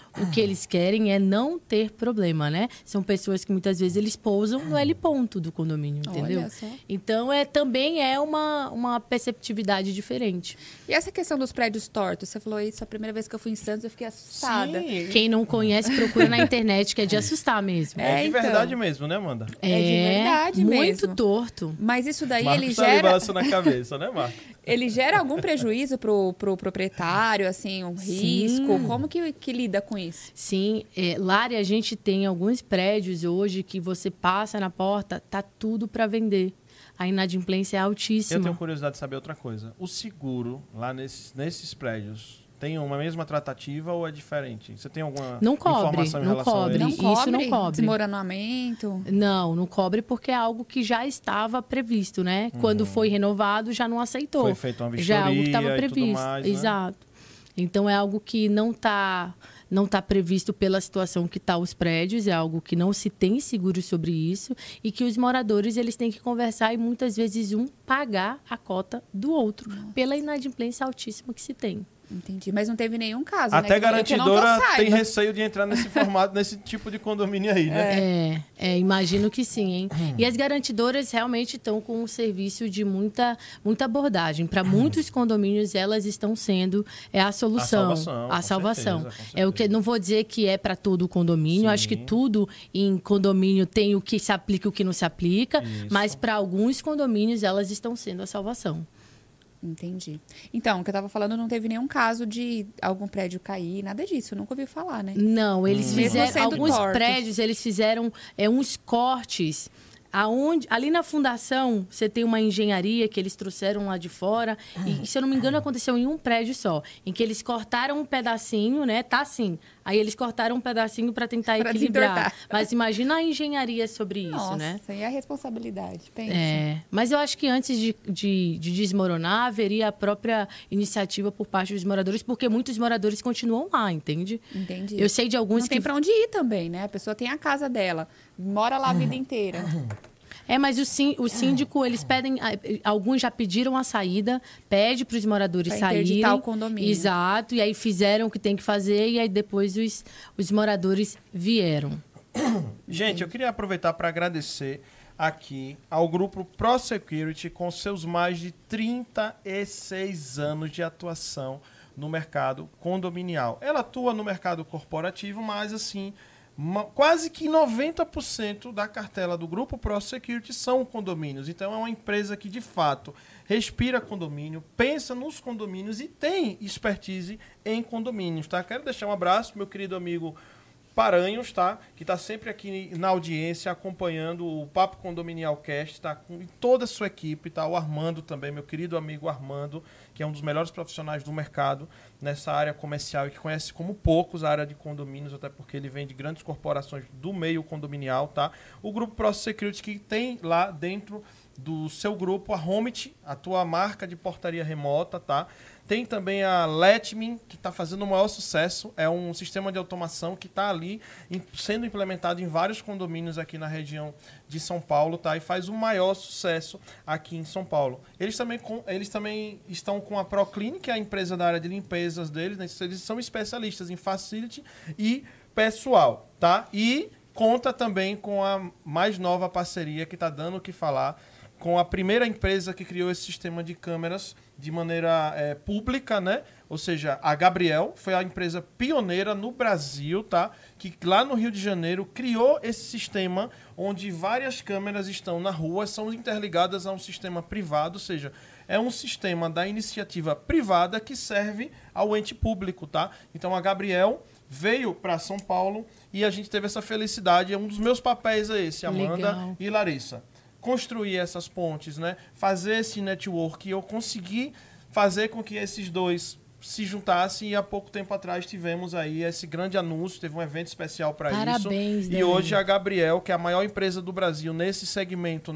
o que eles querem é não ter problema, né? São pessoas que muitas vezes eles pousam no L ponto do condomínio, entendeu? Olha só. Então, é, também é uma, uma perceptividade diferente. E essa questão dos prédios tortos? Você falou isso a primeira vez que eu fui em Santos, eu fiquei assustada. Sim. Quem não conhece, procura na internet, que é de assustar mesmo. É, É, de então. verdade mesmo, né, Amanda? É de verdade muito mesmo. torto. Mas isso daí, Marcos ele tá gera... levando isso na cabeça, né, Marcos? Ele gera algum prejuízo pro, pro proprietário, assim, um Sim. risco? Como que, que lida com isso? Sim, é, Lari, a gente tem alguns prédios hoje que você passa na porta, tá tudo para vender. A inadimplência é altíssima. Eu tenho curiosidade de saber outra coisa. O seguro, lá nesses, nesses prédios, tem uma mesma tratativa ou é diferente? Você tem alguma Não cobre, informação em não relação cobre. a Não isso? Isso cobre? não cobre. Desmoronamento? Não, não cobre porque é algo que já estava previsto, né? Quando foi renovado, já não aceitou. Foi feita uma Já é algo que vistoria estava e tudo previsto. mais, né? Exato. Então é algo que não está não tá previsto pela situação que está os prédios, é algo que não se tem seguro sobre isso e que os moradores eles têm que conversar e muitas vezes um pagar a cota do outro pela inadimplência altíssima que se tem. Entendi. Mas não teve nenhum caso, Até né? garantidora Que eu não tem saiba. receio de entrar nesse formato, nesse tipo de condomínio aí, né? É, é, imagino que sim, hein? E as garantidoras realmente estão com um serviço de muita, muita abordagem. Para muitos condomínios, elas estão sendo é, a solução, A salvação, a com salvação. certeza, com É o que não vou dizer que é para todo o condomínio. Sim. Acho que tudo em condomínio tem o que se aplica e o que não se aplica. Isso. Mas para alguns condomínios, elas estão sendo a salvação. Entendi. Então, o que eu tava falando, não teve nenhum caso de algum prédio cair, nada disso. Eu nunca ouvi falar, né? Não, eles Mesmo fizeram sendo alguns tortos. prédios, eles fizeram é, uns cortes. Aonde, ali na fundação, você tem uma engenharia que eles trouxeram lá de fora. E, se eu não me engano, aconteceu em um prédio só. Em que eles cortaram um pedacinho, né? Tá assim. Aí eles cortaram um pedacinho para tentar Pra equilibrar. desentortar. Mas imagina a engenharia sobre isso, Nossa, né? e a responsabilidade, pensa. É, mas eu acho que antes de, de, de desmoronar, haveria a própria iniciativa por parte dos moradores, porque muitos moradores continuam lá, entende? Entendi. Eu sei de alguns Não que... tem pra onde ir também, né? A pessoa tem a casa dela, mora lá a vida inteira. É, mas o, sim, o síndico, eles pedem... Alguns já pediram a saída, pede para os moradores Pra saírem. interditar o condomínio. Exato, e aí fizeram o que tem que fazer, e aí depois os, os moradores vieram. Gente, eu queria aproveitar para agradecer aqui ao grupo ProSecurity com seus mais de trinta e seis anos de atuação no mercado condominial. Ela atua no mercado corporativo, mas assim... Uma, quase que noventa por cento da cartela do grupo ProSecurity são condomínios. Então, é uma empresa que, de fato, respira condomínio, pensa nos condomínios e tem expertise em condomínios, tá? Quero deixar um abraço pro meu querido amigo Paranhos, tá? Que está sempre aqui na audiência, acompanhando o Papo Condominial Cast, tá? Com toda a sua equipe, tá? O Armando também, meu querido amigo Armando, que é um dos melhores profissionais do mercado nessa área comercial e que conhece como poucos a área de condomínios, até porque ele vem de grandes corporações do meio condominial, tá? O grupo ProSecurity, que tem lá dentro do seu grupo a Homit, a tua marca de portaria remota, tá? Tem também a Letme, que está fazendo o maior sucesso. É um sistema de automação que está ali em, sendo implementado em vários condomínios aqui na região de São Paulo, tá? E faz o maior sucesso aqui em São Paulo. Eles também, com, eles também estão com a ProClean, que é a empresa da área de limpezas deles, né? Eles são especialistas em facility e pessoal, tá? E conta também com a mais nova parceria que está dando o que falar, com a primeira empresa que criou esse sistema de câmeras de maneira é, pública, né? Ou seja, a Gabriel foi a empresa pioneira no Brasil, tá? Que lá no Rio de Janeiro criou esse sistema onde várias câmeras estão na rua, são interligadas a um sistema privado, ou seja, é um sistema da iniciativa privada que serve ao ente público, tá? Então a Gabriel veio para São Paulo e a gente teve essa felicidade. Um dos meus papéis é esse, Amanda Legal. e Larissa. Construir essas pontes, né? Fazer esse network. E eu consegui fazer com que esses dois se juntassem e há pouco tempo atrás tivemos aí esse grande anúncio, teve um evento especial para isso. Parabéns, E Dani. hoje a Gabriel, que é a maior empresa do Brasil nesse segmento, né,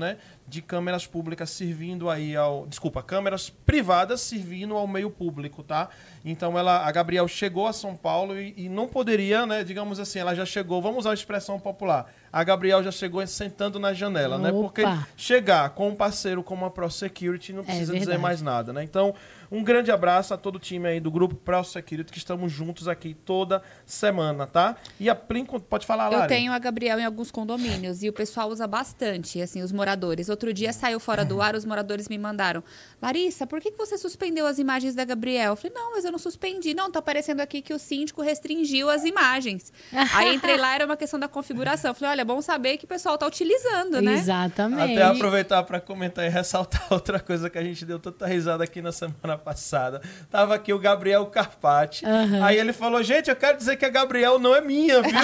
de câmeras públicas servindo aí ao... Desculpa, câmeras privadas servindo ao meio público, tá? Então, ela, a Gabriel chegou a São Paulo e, e não poderia, né? Digamos assim, ela já chegou, vamos usar a expressão popular, a Gabriel já chegou sentando na janela, Opa. né? Porque chegar com um parceiro como a ProSecurity não precisa é dizer mais nada, né? Então, um grande abraço a todo o time aí do grupo ProSecurity, que estamos juntos aqui toda semana, tá? E a Plim, pode falar, Lari. Eu tenho a Gabriel em alguns condomínios e o pessoal usa bastante, assim, os moradores. Outro dia saiu fora do ar, os moradores me mandaram: Larissa, por que que você suspendeu as imagens da Gabriel? Eu falei: não, mas eu não suspendi. Não, tá aparecendo aqui que o síndico restringiu as imagens. Aí entrei lá, era uma questão da configuração. Eu falei: olha, é bom saber que o pessoal tá utilizando, né? Exatamente. Até aproveitar para comentar e ressaltar outra coisa que a gente deu tanta risada aqui na semana passada. Tava aqui o Gabriel Carpati. Uhum. Aí ele falou: gente, eu quero dizer que a Gabriel não é minha, viu?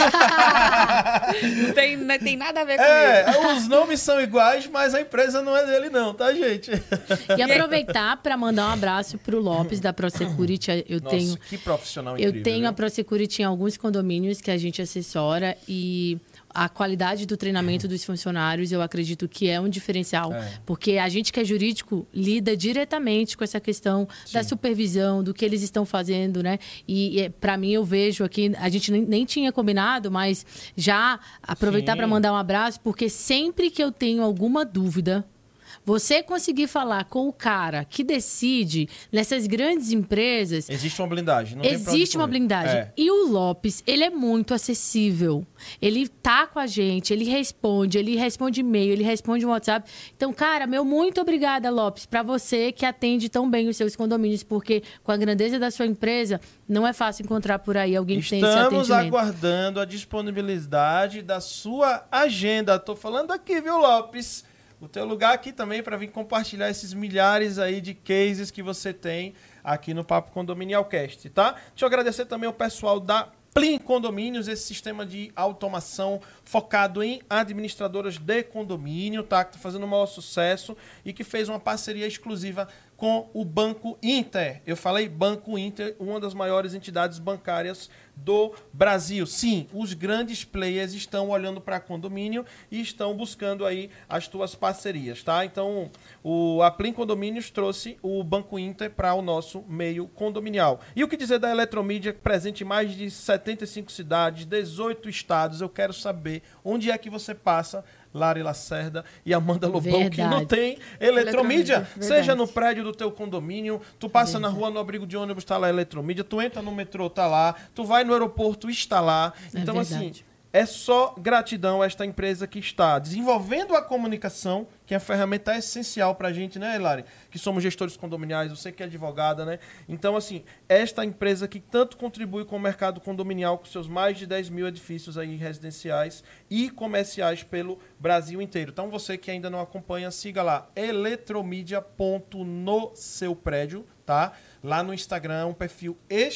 Não tem, não tem nada a ver com é, isso. Os nomes são iguais, mas a empresa não é dele não, tá, gente? E aproveitar para mandar um abraço pro Lopes da ProSecurity. Eu Nossa, tenho, que profissional incrível. Eu tenho viu? a ProSecurity em alguns condomínios que a gente assessora e a qualidade do treinamento dos funcionários, eu acredito que é um diferencial, é. porque a gente que é jurídico lida diretamente com essa questão Sim. da supervisão, do que eles estão fazendo, né? E, e para mim, eu vejo aqui, a gente nem, nem tinha combinado, mas já aproveitar para mandar um abraço, porque sempre que eu tenho alguma dúvida, você conseguir falar com o cara que decide nessas grandes empresas... Existe uma blindagem. Não existe uma blindagem. É. E o Lopes, ele é muito acessível. Ele tá com a gente, ele responde, ele responde e-mail, ele responde um WhatsApp. Então, cara, meu muito obrigada, Lopes, para você que atende tão bem os seus condomínios, porque com a grandeza da sua empresa, não é fácil encontrar por aí alguém que tem esse atendimento. Estamos aguardando a disponibilidade da sua agenda. Tô falando aqui, viu, Lopes? O teu lugar aqui também para vir compartilhar esses milhares aí de cases que você tem aqui no Papo Condominial Cast, tá? Deixa eu agradecer também ao pessoal da Plim Condomínios, esse sistema de automação focado em administradoras de condomínio, tá? Que tá fazendo um maior sucesso e que fez uma parceria exclusiva com o Banco Inter. Eu falei Banco Inter, uma das maiores entidades bancárias do Brasil. Sim, os grandes players estão olhando para condomínio e estão buscando aí as tuas parcerias, tá? Então, o a Plim Condomínios trouxe o Banco Inter para o nosso meio condominial. E o que dizer da Eletromídia, presente em mais de setenta e cinco cidades, dezoito estados? Eu quero saber onde é que você passa, Lari Lacerda e Amanda Lobão, Verdade. que não tem Eletromídia. Eletromídia seja no prédio do teu condomínio, tu passa Verdade. na rua no abrigo de ônibus, tá lá Eletromídia, tu entra no metrô, tá lá, tu vai no aeroporto, está lá. É então, verdade. assim, é só gratidão a esta empresa que está desenvolvendo a comunicação, que é a ferramenta essencial para a gente, né, Lari? Que somos gestores condominiais, você que é advogada, né? Então, assim, esta empresa que tanto contribui com o mercado condominial, com seus mais de dez mil edifícios aí residenciais e comerciais pelo Brasil inteiro. Então, você que ainda não acompanha, siga lá, eletromídia ponto no seu prédio, tá? Lá no Instagram, um perfil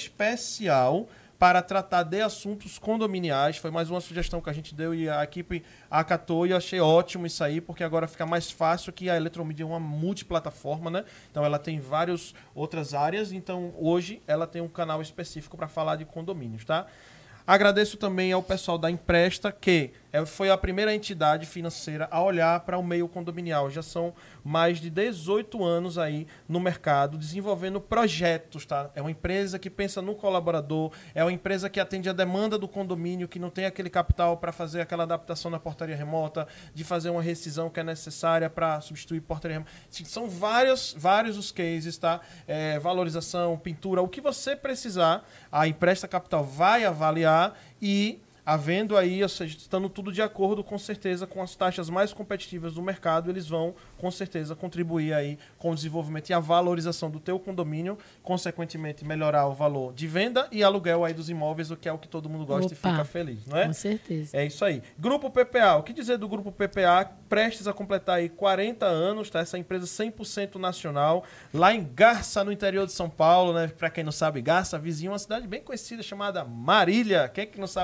especial para tratar de assuntos condominiais. Foi mais uma sugestão que a gente deu e a equipe acatou e eu achei ótimo isso aí, porque agora fica mais fácil, que a Eletromídia é uma multiplataforma, né? Então ela tem várias outras áreas, então hoje ela tem um canal específico para falar de condomínios, tá? Agradeço também ao pessoal da Empresta, que foi a primeira entidade financeira a olhar para o meio condominial. Já são mais de dezoito anos aí no mercado, desenvolvendo projetos, tá? É uma empresa que pensa no colaborador, é uma empresa que atende a demanda do condomínio, que não tem aquele capital para fazer aquela adaptação na portaria remota, de fazer uma rescisão que é necessária para substituir portaria remota. São vários, vários os cases, tá? É, valorização, pintura, o que você precisar, a Empresta Capital vai avaliar e... havendo aí, ou seja, estando tudo de acordo, com certeza, com as taxas mais competitivas do mercado, eles vão, com certeza, contribuir aí com o desenvolvimento e a valorização do teu condomínio, consequentemente, melhorar o valor de venda e aluguel aí dos imóveis, o que é o que todo mundo gosta Opa, e fica feliz, não é? Com certeza. É isso aí. Grupo P P A, o que dizer do Grupo P P A, prestes a completar aí quarenta anos, tá? Essa empresa cem por cento nacional, lá em Garça, no interior de São Paulo, né? Pra quem não sabe, Garça, vizinho, uma cidade bem conhecida chamada Marília. Quem é que não sabe onde que é Marília?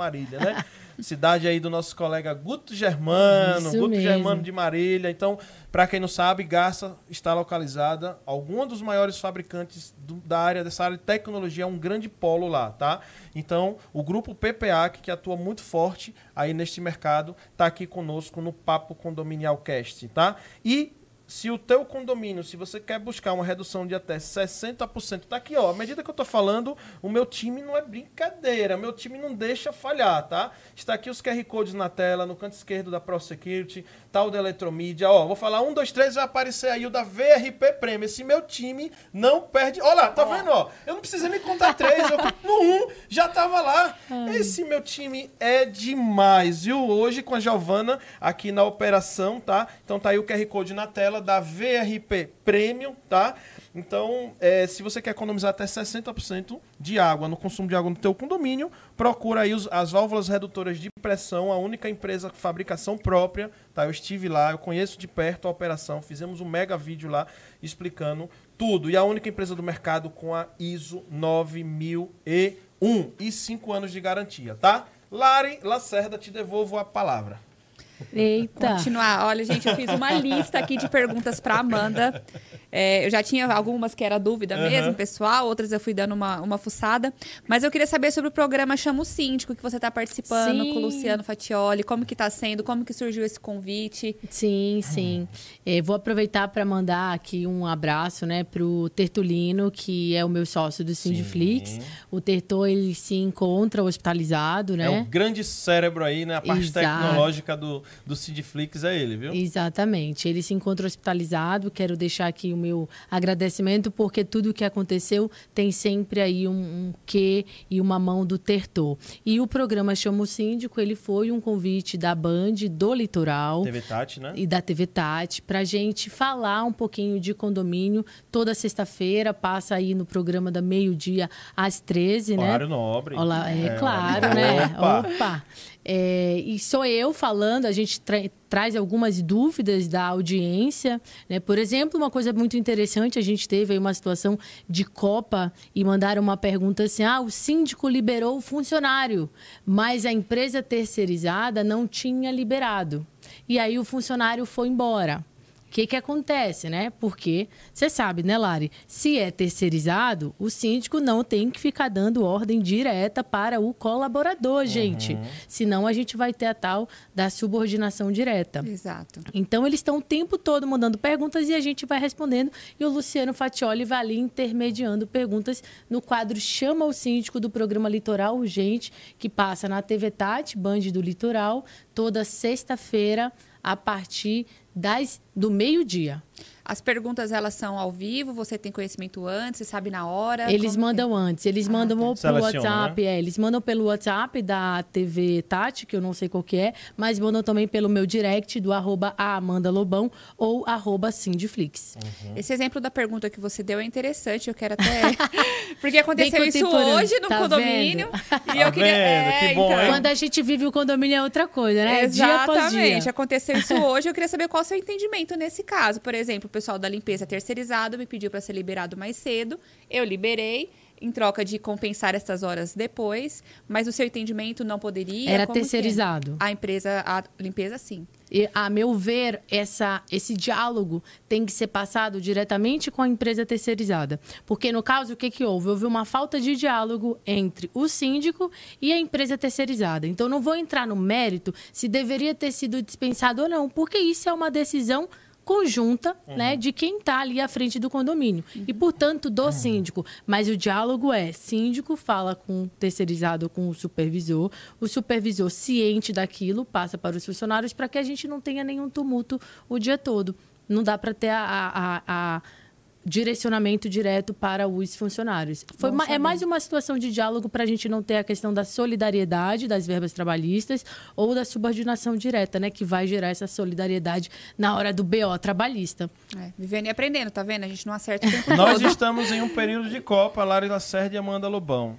Marília, né? Cidade aí do nosso colega Guto Germano, Isso Guto mesmo. Germano de Marília. Então, para quem não sabe, Garça está localizada, algum dos maiores fabricantes do, da área, dessa área de tecnologia, é um grande polo lá, tá? Então, o grupo P P A, que atua muito forte aí neste mercado, tá aqui conosco no Papo Condominial Cast, tá? E se o teu condomínio, se você quer buscar uma redução de até sessenta por cento, tá aqui, ó. À medida que eu tô falando, o meu time não é brincadeira. Meu time não deixa falhar, tá? Está aqui os Q R Codes na tela, no canto esquerdo da ProSecurity, tal da Eletromídia. Ó, vou falar um, dois, três, vai aparecer aí o da V R P Premium. Esse meu time não perde... Olha lá, tá vendo, ó? Eu não precisei nem contar três, eu conto no um, já tava lá. Esse meu time é demais, viu? Hoje com a Giovana aqui na operação, tá? Então tá aí o Q R Code na tela da V R P Premium, tá? Então, é, se você quer economizar até sessenta por cento de água no consumo de água no teu condomínio, procura aí os, as válvulas redutoras de pressão, a única empresa com fabricação própria, tá? Eu estive lá, eu conheço de perto a operação, fizemos um mega vídeo lá explicando tudo. E a única empresa do mercado com a I S O nove mil e um e cinco anos de garantia, tá? Lari Lacerda, te devolvo a palavra. Eita. Continuar. Olha, gente, eu fiz uma lista aqui de perguntas para Amanda. É, eu já tinha algumas que era dúvida Uhum. mesmo, pessoal. Outras eu fui dando uma, uma fuçada. Mas eu queria saber sobre o programa Chama o Síndico, que você está participando Sim. com o Luciano Fatioli. Como que está sendo? Como que surgiu esse convite? Sim, sim. É, vou aproveitar para mandar aqui um abraço, né, pro Tertulino, que é o meu sócio do Sindiflix. Sim. O Tertô, ele se encontra hospitalizado, né? É o grande cérebro aí, né? A parte Exato. tecnológica do, do Sindiflix é ele, viu? Exatamente. Ele se encontra hospitalizado. Quero deixar aqui o meu agradecimento, porque tudo o que aconteceu tem sempre aí um, um quê e uma mão do Tertô. E o programa Chama o Síndico, ele foi um convite da Band, do Litoral. T V Tati, né? E da T V Tati, para gente falar um pouquinho de condomínio. Toda sexta-feira, passa aí no programa da meio-dia às treze, né? Horário nobre. Olá, é, É, claro, horário- né? Opa! Opa! É, e sou eu falando, a gente tra traz algumas dúvidas da audiência, né? Por exemplo, uma coisa muito interessante, a gente teve aí uma situação de Copa e mandaram uma pergunta assim, ah, o síndico liberou o funcionário, mas a empresa terceirizada não tinha liberado. E aí o funcionário foi embora. O que que acontece, né? Porque, você sabe, né, Lari? Se é terceirizado, o síndico não tem que ficar dando ordem direta para o colaborador, gente. Senão a gente vai ter a tal da subordinação direta. Exato. Então, eles estão o tempo todo mandando perguntas e a gente vai respondendo. E o Luciano Fatioli vai ali intermediando perguntas no quadro Chama o Síndico do programa Litoral Urgente, que passa na T V Tati, Band do Litoral, toda sexta-feira, a partir das, do meio-dia. As perguntas, elas são ao vivo? Você tem conhecimento antes? Você sabe na hora? Eles Como mandam que... antes, eles Ah, mandam tá. ou pelo Seleciona, WhatsApp, né? é, eles mandam pelo WhatsApp da T V Tati, que eu não sei qual que é, mas mandam também pelo meu direct do arroba a Amanda Lobão ou arroba Sindiflix. Esse exemplo da pergunta que você deu é interessante, eu quero até... Porque aconteceu Bem isso contemporâneo, hoje no tá condomínio. vendo? E eu Tá queria... vendo? Que bom, hein? Quando a gente vive o condomínio é outra coisa, né? Dia após dia. Exatamente. Aconteceu isso hoje. Eu queria saber qual é o seu entendimento nesse caso. Por exemplo, o pessoal da limpeza terceirizado me pediu para ser liberado mais cedo. Eu liberei, em troca de compensar essas horas depois. Mas o seu entendimento não poderia? Era Como que é? terceirizado. A empresa, a limpeza, sim. E, a meu ver, essa, esse diálogo tem que ser passado diretamente com a empresa terceirizada. Porque, no caso, o que, que houve? Houve uma falta de diálogo entre o síndico e a empresa terceirizada. Então, não vou entrar no mérito se deveria ter sido dispensado ou não, porque isso é uma decisão conjunta, uhum. né, de quem está ali à frente do condomínio. Uhum. E, portanto, do uhum. síndico. Mas o diálogo é, síndico fala com o terceirizado, com o supervisor, o supervisor ciente daquilo passa para os funcionários para que a gente não tenha nenhum tumulto o dia todo. Não dá para ter a, a, a, a direcionamento direto para os funcionários. Foi uma, é mais uma situação de diálogo para a gente não ter a questão da solidariedade das verbas trabalhistas ou da subordinação direta, né? Que vai gerar essa solidariedade na hora do B O trabalhista. É, vivendo e aprendendo, tá vendo? A gente não acerta o tempo Nós todo. estamos em um período de Copa, Lari Lacerda e Amanda Lobão.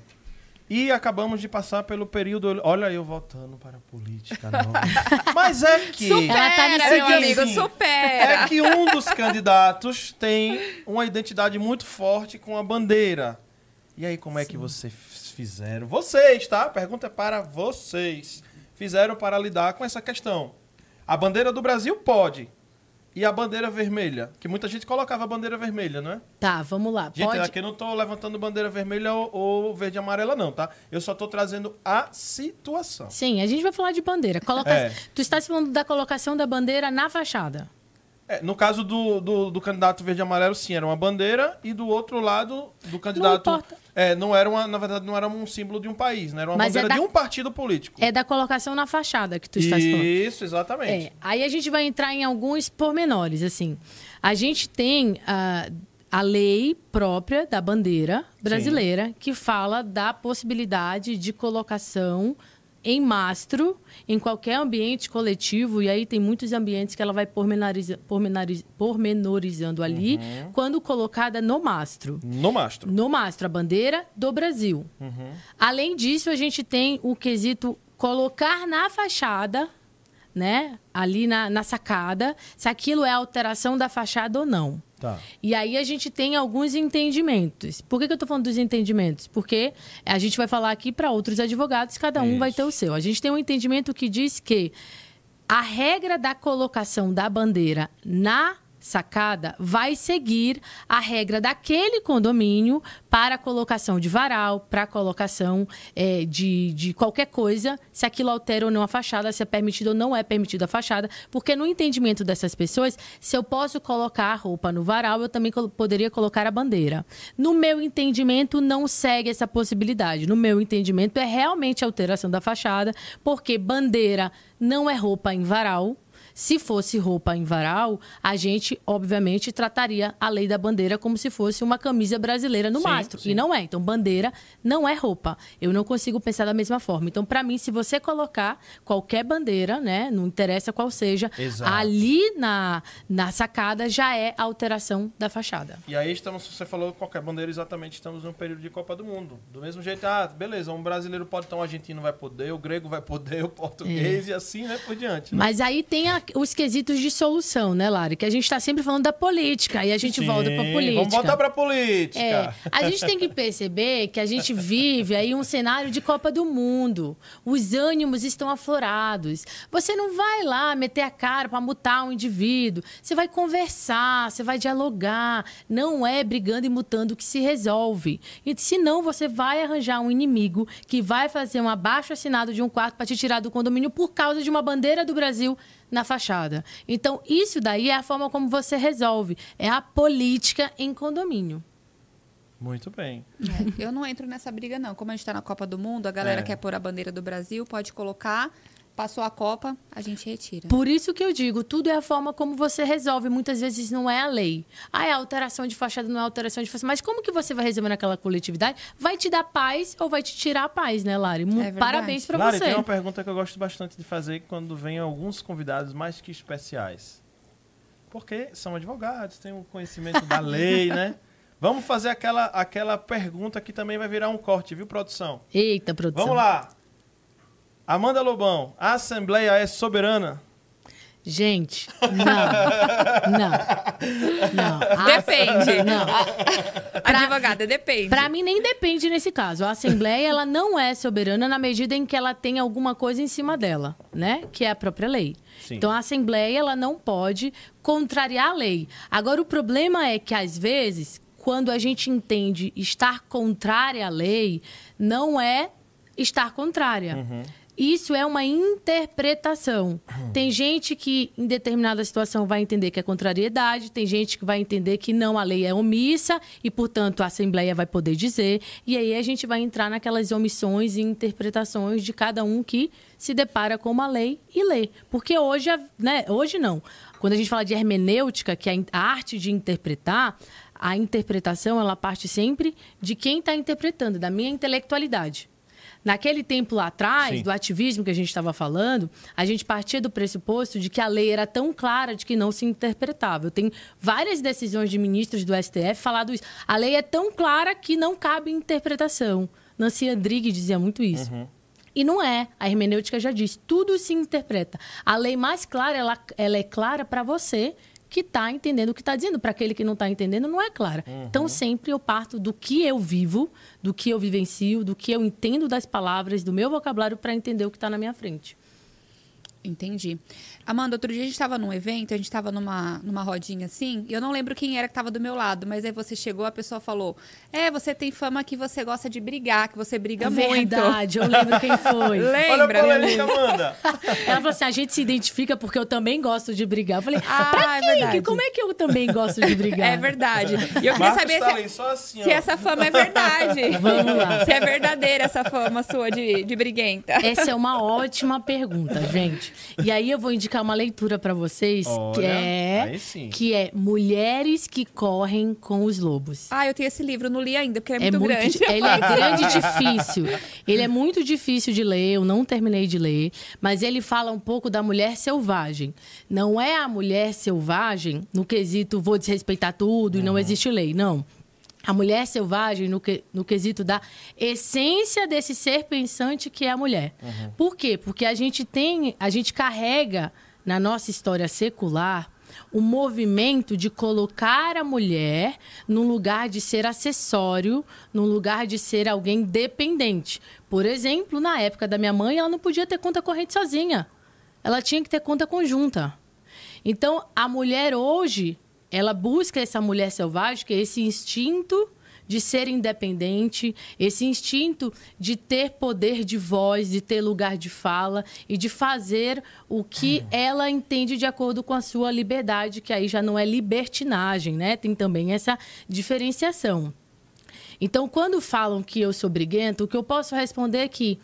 E acabamos de passar pelo período... Olha eu voltando para a política. Não. Mas é que... Supera, Ela tá me meu seguindo. amigo, Assim, supera. É que um dos candidatos tem uma identidade muito forte com a bandeira. E aí, como é Sim. que vocês fizeram? Vocês, tá? A pergunta é para vocês. Fizeram para lidar com essa questão. A bandeira do Brasil pode. E a bandeira vermelha? Que muita gente colocava a bandeira vermelha, não é? Tá, vamos lá. Gente, Pode... aqui eu não tô levantando bandeira vermelha ou, ou verde e amarela, não, tá? Eu só tô trazendo a situação. Sim, a gente vai falar de bandeira. Coloca... É. Tu estás falando da colocação da bandeira na fachada. É, no caso do, do, do candidato verde e amarelo, sim, era uma bandeira. E do outro lado, do candidato... Não importa. É, não era uma, na verdade, não era um símbolo de um país, né? Era uma Mas bandeira é da- de um partido político. É da colocação na fachada que tu estás falando. Isso, exatamente. É, aí a gente vai entrar em alguns pormenores, assim. A gente tem a, a lei própria da bandeira brasileira que fala da possibilidade de colocação em mastro, em qualquer ambiente coletivo, e aí tem muitos ambientes que ela vai pormenoriza, pormenoriz, pormenorizando ali, Uhum. quando colocada no mastro. No mastro. No mastro, a bandeira do Brasil. Uhum. Além disso, a gente tem o quesito colocar na fachada, né? Ali na, na sacada, se aquilo é alteração da fachada ou não. Tá. E aí a gente tem alguns entendimentos. Por que, que eu estou falando dos entendimentos? Porque a gente vai falar aqui para outros advogados, cada um Isso. vai ter o seu. A gente tem um entendimento que diz que a regra da colocação da bandeira na sacada vai seguir a regra daquele condomínio para a colocação de varal, para a colocação é, de, de qualquer coisa, se aquilo altera ou não a fachada, se é permitido ou não é permitido a fachada, porque no entendimento dessas pessoas, se eu posso colocar a roupa no varal, eu também colo- poderia colocar a bandeira. No meu entendimento, não segue essa possibilidade. No meu entendimento, é realmente alteração da fachada, porque bandeira não é roupa em varal. Se fosse roupa em varal, a gente, obviamente, trataria a lei da bandeira como se fosse uma camisa brasileira no Sim, mastro. sim. E não é. Então, bandeira não é roupa. Eu não consigo pensar da mesma forma. Então, para mim, se você colocar qualquer bandeira, né, não interessa qual seja, Exato. ali na, na sacada já é alteração da fachada. E aí estamos, você falou qualquer bandeira, exatamente, estamos num período de Copa do Mundo. Do mesmo jeito, ah, beleza, um brasileiro pode, então o argentino vai poder, o grego vai poder, o português É. e assim, né, por diante. Né? Mas aí tem a- os quesitos de solução, né, Lari? Que a gente está sempre falando da política. E a gente Sim, volta para política. Vamos voltar pra política. É, a gente tem que perceber que a gente vive aí um cenário de Copa do Mundo. Os ânimos estão aflorados. Você não vai lá meter a cara para mutar um indivíduo. Você vai conversar, você vai dialogar. Não é brigando e mutando que se resolve. E senão você vai arranjar um inimigo que vai fazer um abaixo-assinado de um quarto para te tirar do condomínio por causa de uma bandeira do Brasil na fachada. Então, isso daí é a forma como você resolve. É a política em condomínio. Muito bem. É, eu não entro nessa briga, não. Como a gente tá na Copa do Mundo, a galera É. quer pôr a bandeira do Brasil, pode colocar. Passou a Copa, a gente retira. Por isso que eu digo, tudo é a forma como você resolve. Muitas vezes não é a lei. Ah, é alteração de fachada, não é alteração de fachada. Mas como que você vai resolver naquela coletividade? Vai te dar paz ou vai te tirar a paz, né, Lari? Mu- É verdade. Parabéns pra Lari, você. tem uma pergunta que eu gosto bastante de fazer quando vem alguns convidados mais que especiais. Porque são advogados, têm um conhecimento da lei, né? Vamos fazer aquela, aquela pergunta que também vai virar um corte, viu, produção? Eita, produção. Vamos lá. Amanda Lobão, a Assembleia é soberana? Gente, não. Não. Não. A- Depende. Não. Advogada, depende. Para mim, nem depende nesse caso. A Assembleia ela não é soberana na medida em que ela tem alguma coisa em cima dela, né? Que é a própria lei. Sim. Então, a Assembleia ela não pode contrariar a lei. Agora, o problema é que, às vezes, quando a gente entende estar contrária à lei, não é estar contrária. Uhum. Isso é uma interpretação. Tem gente que, em determinada situação, vai entender que é contrariedade, tem gente que vai entender que não, a lei é omissa e, portanto, a Assembleia vai poder dizer. E aí a gente vai entrar naquelas omissões e interpretações de cada um que se depara com uma lei e lê. Porque hoje, a- né, hoje não. Quando a gente fala de hermenêutica, que é a in- a arte de interpretar, a interpretação ela parte sempre de quem está interpretando, da minha intelectualidade. Naquele tempo lá atrás, Sim. do ativismo que a gente estava falando, a gente partia do pressuposto de que a lei era tão clara de que não se interpretava. Eu tenho várias decisões de ministros do S T F falado isso. A lei é tão clara que não cabe interpretação. Nancy Andrighi dizia muito isso. E não é. A hermenêutica já diz, tudo se interpreta. A lei mais clara, ela, ela é clara para você que está entendendo o que está dizendo. Para aquele que não está entendendo, não é clara. Uhum. Então, sempre eu parto do que eu vivo, do que eu vivencio, do que eu entendo das palavras, do meu vocabulário para entender o que está na minha frente. Entendi. Amanda, outro dia a gente estava num evento, a gente estava numa, numa rodinha assim, e eu não lembro quem era que estava do meu lado, mas aí você chegou, a pessoa falou, é, você tem fama que você gosta de brigar, que você briga muito. Verdade, eu lembro quem foi. Lembra? Olha a polêmica, Amanda. Ela falou assim, a gente se identifica porque eu também gosto de brigar. Eu falei, ah, pra é quem? verdade. Como é que eu também gosto de brigar? É verdade. E eu queria Marcos saber tá se, ali, só assim, se ó. essa fama é verdade. Vamos lá. Se é verdadeira essa fama sua de, de briguenta. Essa é uma ótima pergunta, gente. E aí eu vou indicar uma leitura para vocês, Olha, que é aí sim. que é Mulheres que Correm com os Lobos. Ah, eu tenho esse livro, não li ainda, porque ele é muito, É muito, grande. ele é grande e difícil. Ele é muito difícil de ler, eu não terminei de ler, mas ele fala um pouco da mulher selvagem. Não é a mulher selvagem no quesito vou desrespeitar tudo e não existe lei, não. A mulher selvagem no, que, no quesito da essência desse ser pensante que é a mulher. Uhum. Por quê? Porque a gente tem, a gente carrega na nossa história secular o movimento de colocar a mulher num lugar de ser acessório, num lugar de ser alguém dependente. Por exemplo, na época da minha mãe, ela não podia ter conta corrente sozinha. Ela tinha que ter conta conjunta. Então, a mulher hoje, ela busca essa mulher selvagem, que é esse instinto de ser independente, esse instinto de ter poder de voz, de ter lugar de fala e de fazer o que ela entende de acordo com a sua liberdade, que aí já não é libertinagem, né? Tem também essa diferenciação. Então, quando falam que eu sou briguenta, o que eu posso responder é que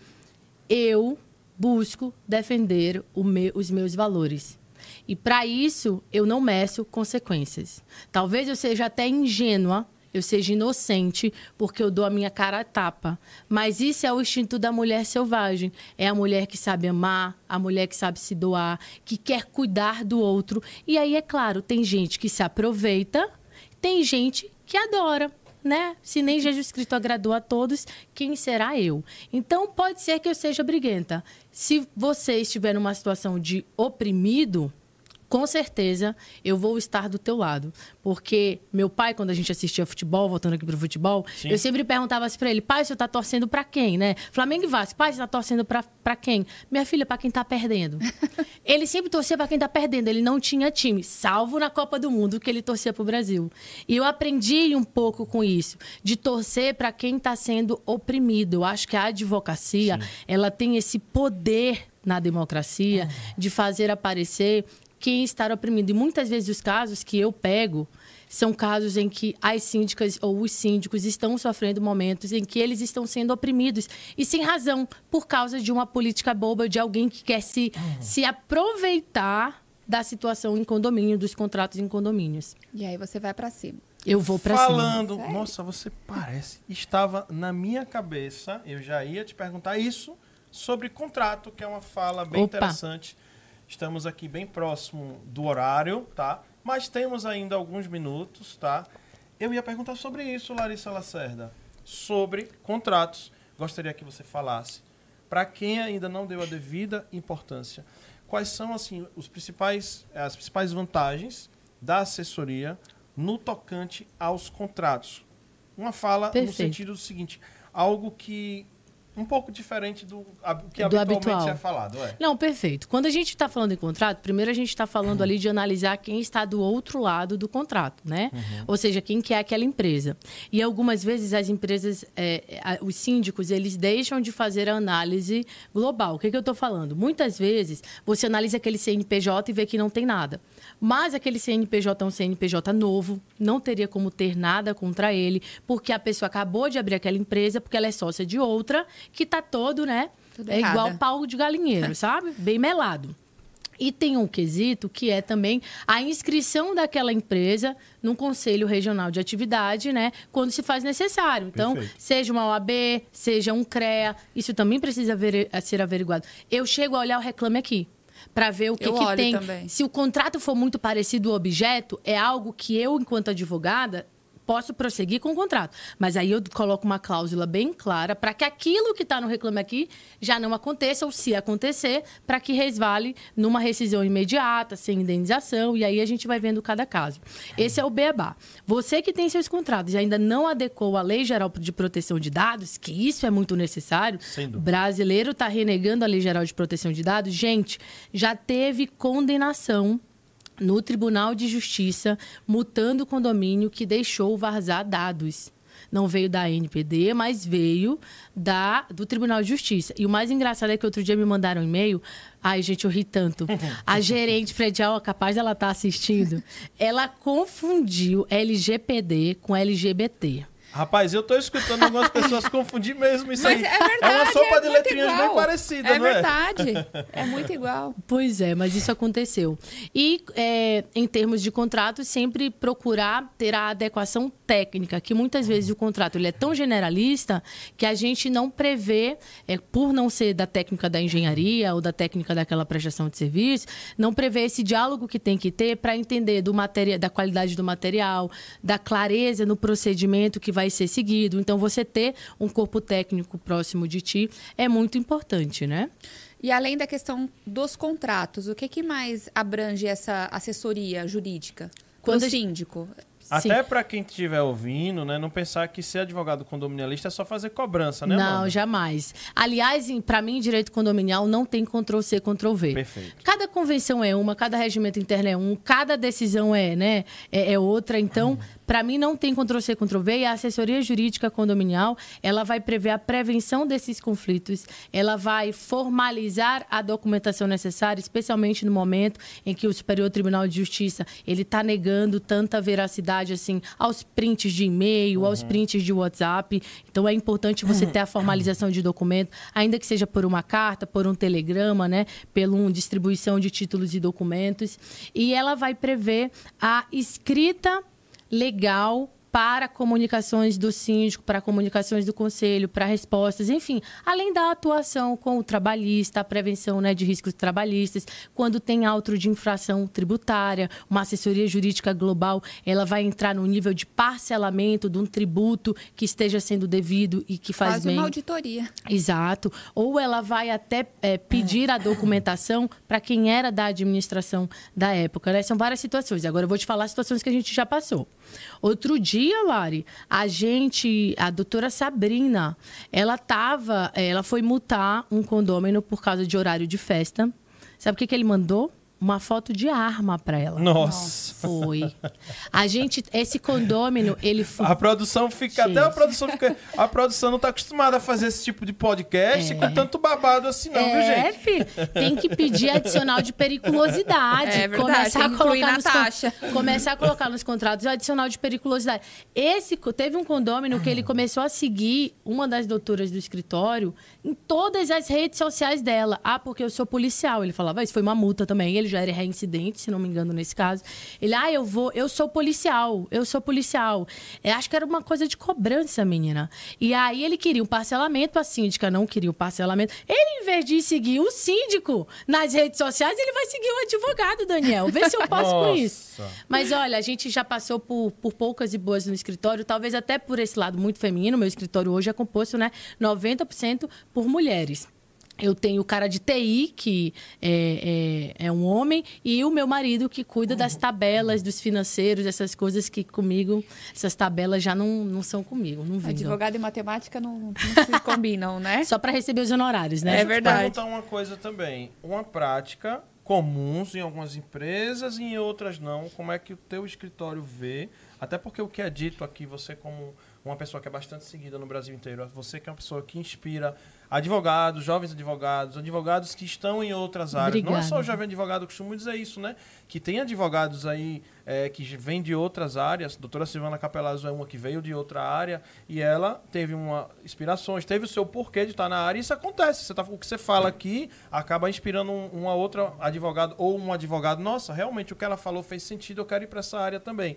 eu busco defender o meu, os meus valores. E, para isso, eu não meço consequências. Talvez eu seja até ingênua, eu seja inocente, porque eu dou a minha cara a tapa. Mas isso é o instinto da mulher selvagem. É a mulher que sabe amar, a mulher que sabe se doar, que quer cuidar do outro. E aí, é claro, tem gente que se aproveita, tem gente que adora. Né? Se nem Jesus Cristo agradou a todos, quem será eu? Então, pode ser que eu seja briguenta. Se você estiver numa situação de oprimido, com certeza eu vou estar do teu lado. Porque meu pai, quando a gente assistia futebol, voltando aqui pro futebol, Sim. eu sempre perguntava assim pra ele, pai, você tá torcendo pra quem, né? Flamengo e Vasco, pai, você tá torcendo pra, pra quem? Minha filha, pra quem tá perdendo. Ele sempre torcia pra quem tá perdendo, ele não tinha time, salvo na Copa do Mundo, que ele torcia pro Brasil. E eu aprendi um pouco com isso, de torcer pra quem tá sendo oprimido. Eu acho que a advocacia, Sim. ela tem esse poder na democracia de fazer aparecer quem está oprimido. E muitas vezes os casos que eu pego são casos em que as síndicas ou os síndicos estão sofrendo momentos em que eles estão sendo oprimidos e sem razão, por causa de uma política boba, de alguém que quer se, uhum. se aproveitar da situação em condomínio, dos contratos em condomínios. E aí você vai pra cima. Eu vou pra cima. Falando, nossa, você parece, estava na minha cabeça, eu já ia te perguntar isso sobre contrato, que é uma fala bem Opa. interessante. Estamos aqui bem próximo do horário, tá? Mas temos ainda alguns minutos, tá? Eu ia perguntar sobre isso, Larissa Lacerda. Sobre contratos. Gostaria que você falasse. Para quem ainda não deu a devida importância, quais são, assim, os principais, as principais vantagens da assessoria no tocante aos contratos? Uma fala Perfeito. no sentido do seguinte, algo que... um pouco diferente do que do habitualmente habitual. é falado. É. Não, perfeito. Quando a gente está falando em contrato, primeiro a gente está falando uhum. ali de analisar quem está do outro lado do contrato, né? Uhum. Ou seja, quem que é aquela empresa. E algumas vezes as empresas, é, os síndicos, eles deixam de fazer a análise global. O que, que eu estou falando? Muitas vezes você analisa aquele C N P J e vê que não tem nada. Mas aquele C N P J é um C N P J novo, não teria como ter nada contra ele, porque a pessoa acabou de abrir aquela empresa, porque ela é sócia de outra, que tá todo, né? Tudo é errada. Igual pau de galinheiro, sabe? Bem melado. E tem um quesito que é também a inscrição daquela empresa num Conselho Regional de Atividade, né? Quando se faz necessário. Então, Perfeito. seja uma O A B, seja um CREA, isso também precisa ver, ser averiguado. Eu chego a olhar o Reclame Aqui, para ver o que, que tem. Também. Se o contrato for muito parecido ao objeto, é algo que eu, enquanto advogada... posso prosseguir com o contrato. Mas aí eu coloco uma cláusula bem clara para que aquilo que está no Reclame Aqui já não aconteça, ou se acontecer, para que resvale numa rescisão imediata, sem indenização, e aí a gente vai vendo cada caso. Esse é o beabá. Você que tem seus contratos e ainda não adequou a Lei Geral de Proteção de Dados, que isso é muito necessário, o brasileiro está renegando a Lei Geral de Proteção de Dados, gente, já teve condenação no Tribunal de Justiça, multando o condomínio que deixou vazar dados. Não veio da A N P D, mas veio da, do Tribunal de Justiça. E o mais engraçado é que outro dia me mandaram um e-mail. Ai, gente, eu ri tanto. A gerente predial, capaz dela estar assistindo, ela confundiu L G P D com L G B T. Rapaz, eu tô escutando algumas pessoas confundir mesmo isso Mas aí. é verdade, é uma sopa é de muito letrinhas igual. bem parecida, é não é? É verdade, é muito igual. Pois é, mas isso aconteceu. E, é, em termos de contrato, sempre procurar ter a adequação técnica, que muitas vezes o contrato ele é tão generalista que a gente não prevê, é, por não ser da técnica da engenharia ou da técnica daquela prestação de serviço, não prevê esse diálogo que tem que ter para entender do materia, da qualidade do material, da clareza no procedimento que vai ser seguido. Então, você ter um corpo técnico próximo de ti é muito importante, né? E além da questão dos contratos, o que, que mais abrange essa assessoria jurídica? Quando o a- síndico? Até para quem estiver ouvindo, né, não pensar que ser advogado condominialista é só fazer cobrança, né, Não, Amanda? jamais. Aliás, para mim, direito condominial não tem control C, control V. Perfeito. Cada convenção é uma, cada regimento interno é um, cada decisão é, né, é, é outra. Então, para mim, não tem control C, control V. E a assessoria jurídica condominial, ela vai prever a prevenção desses conflitos, ela vai formalizar a documentação necessária, especialmente no momento em que o Superior Tribunal de Justiça ele está negando tanta veracidade assim aos prints de e-mail, uhum. aos prints de WhatsApp. Então, é importante você ter a formalização de documento, ainda que seja por uma carta, por um telegrama, né, pela uma distribuição de títulos e documentos. E ela vai prever a escrita legal para comunicações do síndico, para comunicações do conselho, para respostas, enfim, além da atuação com o trabalhista, a prevenção, né, de riscos trabalhistas, quando tem auto de infração tributária, uma assessoria jurídica global, ela vai entrar no nível de parcelamento de um tributo que esteja sendo devido e que faz Quase bem. uma auditoria. Exato. Ou ela vai até é, pedir a documentação para quem era da administração da época, né? São várias situações. Agora eu vou te falar as situações que a gente já passou. Outro dia, Lari, a gente, a doutora Sabrina, ela tava, ela foi multar um condômino por causa de horário de festa. Sabe o que, que ele mandou? Uma foto de arma para ela. Nossa. Foi. A gente, esse condômino, ele foi... A produção fica, Gente. até a produção fica, a produção não está acostumada a fazer esse tipo de podcast É. com tanto babado assim não, viu, É, gente? filho, tem que pedir adicional de periculosidade. É verdade, começar tem a que colocar incluir na nos con- taxa. Começar a colocar nos contratos o adicional de periculosidade. Esse co- teve um condômino que ele começou a seguir uma das doutoras do escritório em todas as redes sociais dela. Ah, porque eu sou policial. Ele falava, isso foi uma multa também. Ele já era reincidente, se não me engano, nesse caso. Ele, ah, eu vou, eu sou policial, eu sou policial. Eu acho que era uma coisa de cobrança, menina. E aí ele queria um parcelamento, a síndica não queria o parcelamento. Ele, em vez de seguir o síndico nas redes sociais, ele vai seguir o advogado, Daniel. Vê se eu posso com isso. Nossa. Mas olha, a gente já passou por, por poucas e boas no escritório, talvez até por esse lado muito feminino. Meu escritório hoje é composto, né, noventa por cento por mulheres. Eu tenho o cara de T I, que é, é, é um homem, e o meu marido, que cuida das tabelas, dos financeiros, essas coisas que comigo, essas tabelas já não, não são comigo, não vingam. Advogado e matemática não, não se combinam, né? Só para receber os honorários, né? É verdade. Deixa eu te perguntar uma coisa também. Uma prática comuns em algumas empresas e em outras não. Como é que o teu escritório vê? Até porque o que é dito aqui, você como uma pessoa que é bastante seguida no Brasil inteiro, você que é uma pessoa que inspira advogados, jovens advogados, advogados que estão em outras áreas. Não é só o jovem advogado, eu costumo dizer isso, né? Que tem advogados aí é, que vêm de outras áreas. A doutora Silvana Capelazzo é uma que veio de outra área e ela teve uma inspirações, teve o seu porquê de estar na área e isso acontece. Você tá, o que você fala aqui acaba inspirando um, uma outra advogado ou um advogado. Nossa, realmente o que ela falou fez sentido, eu quero ir para essa área também.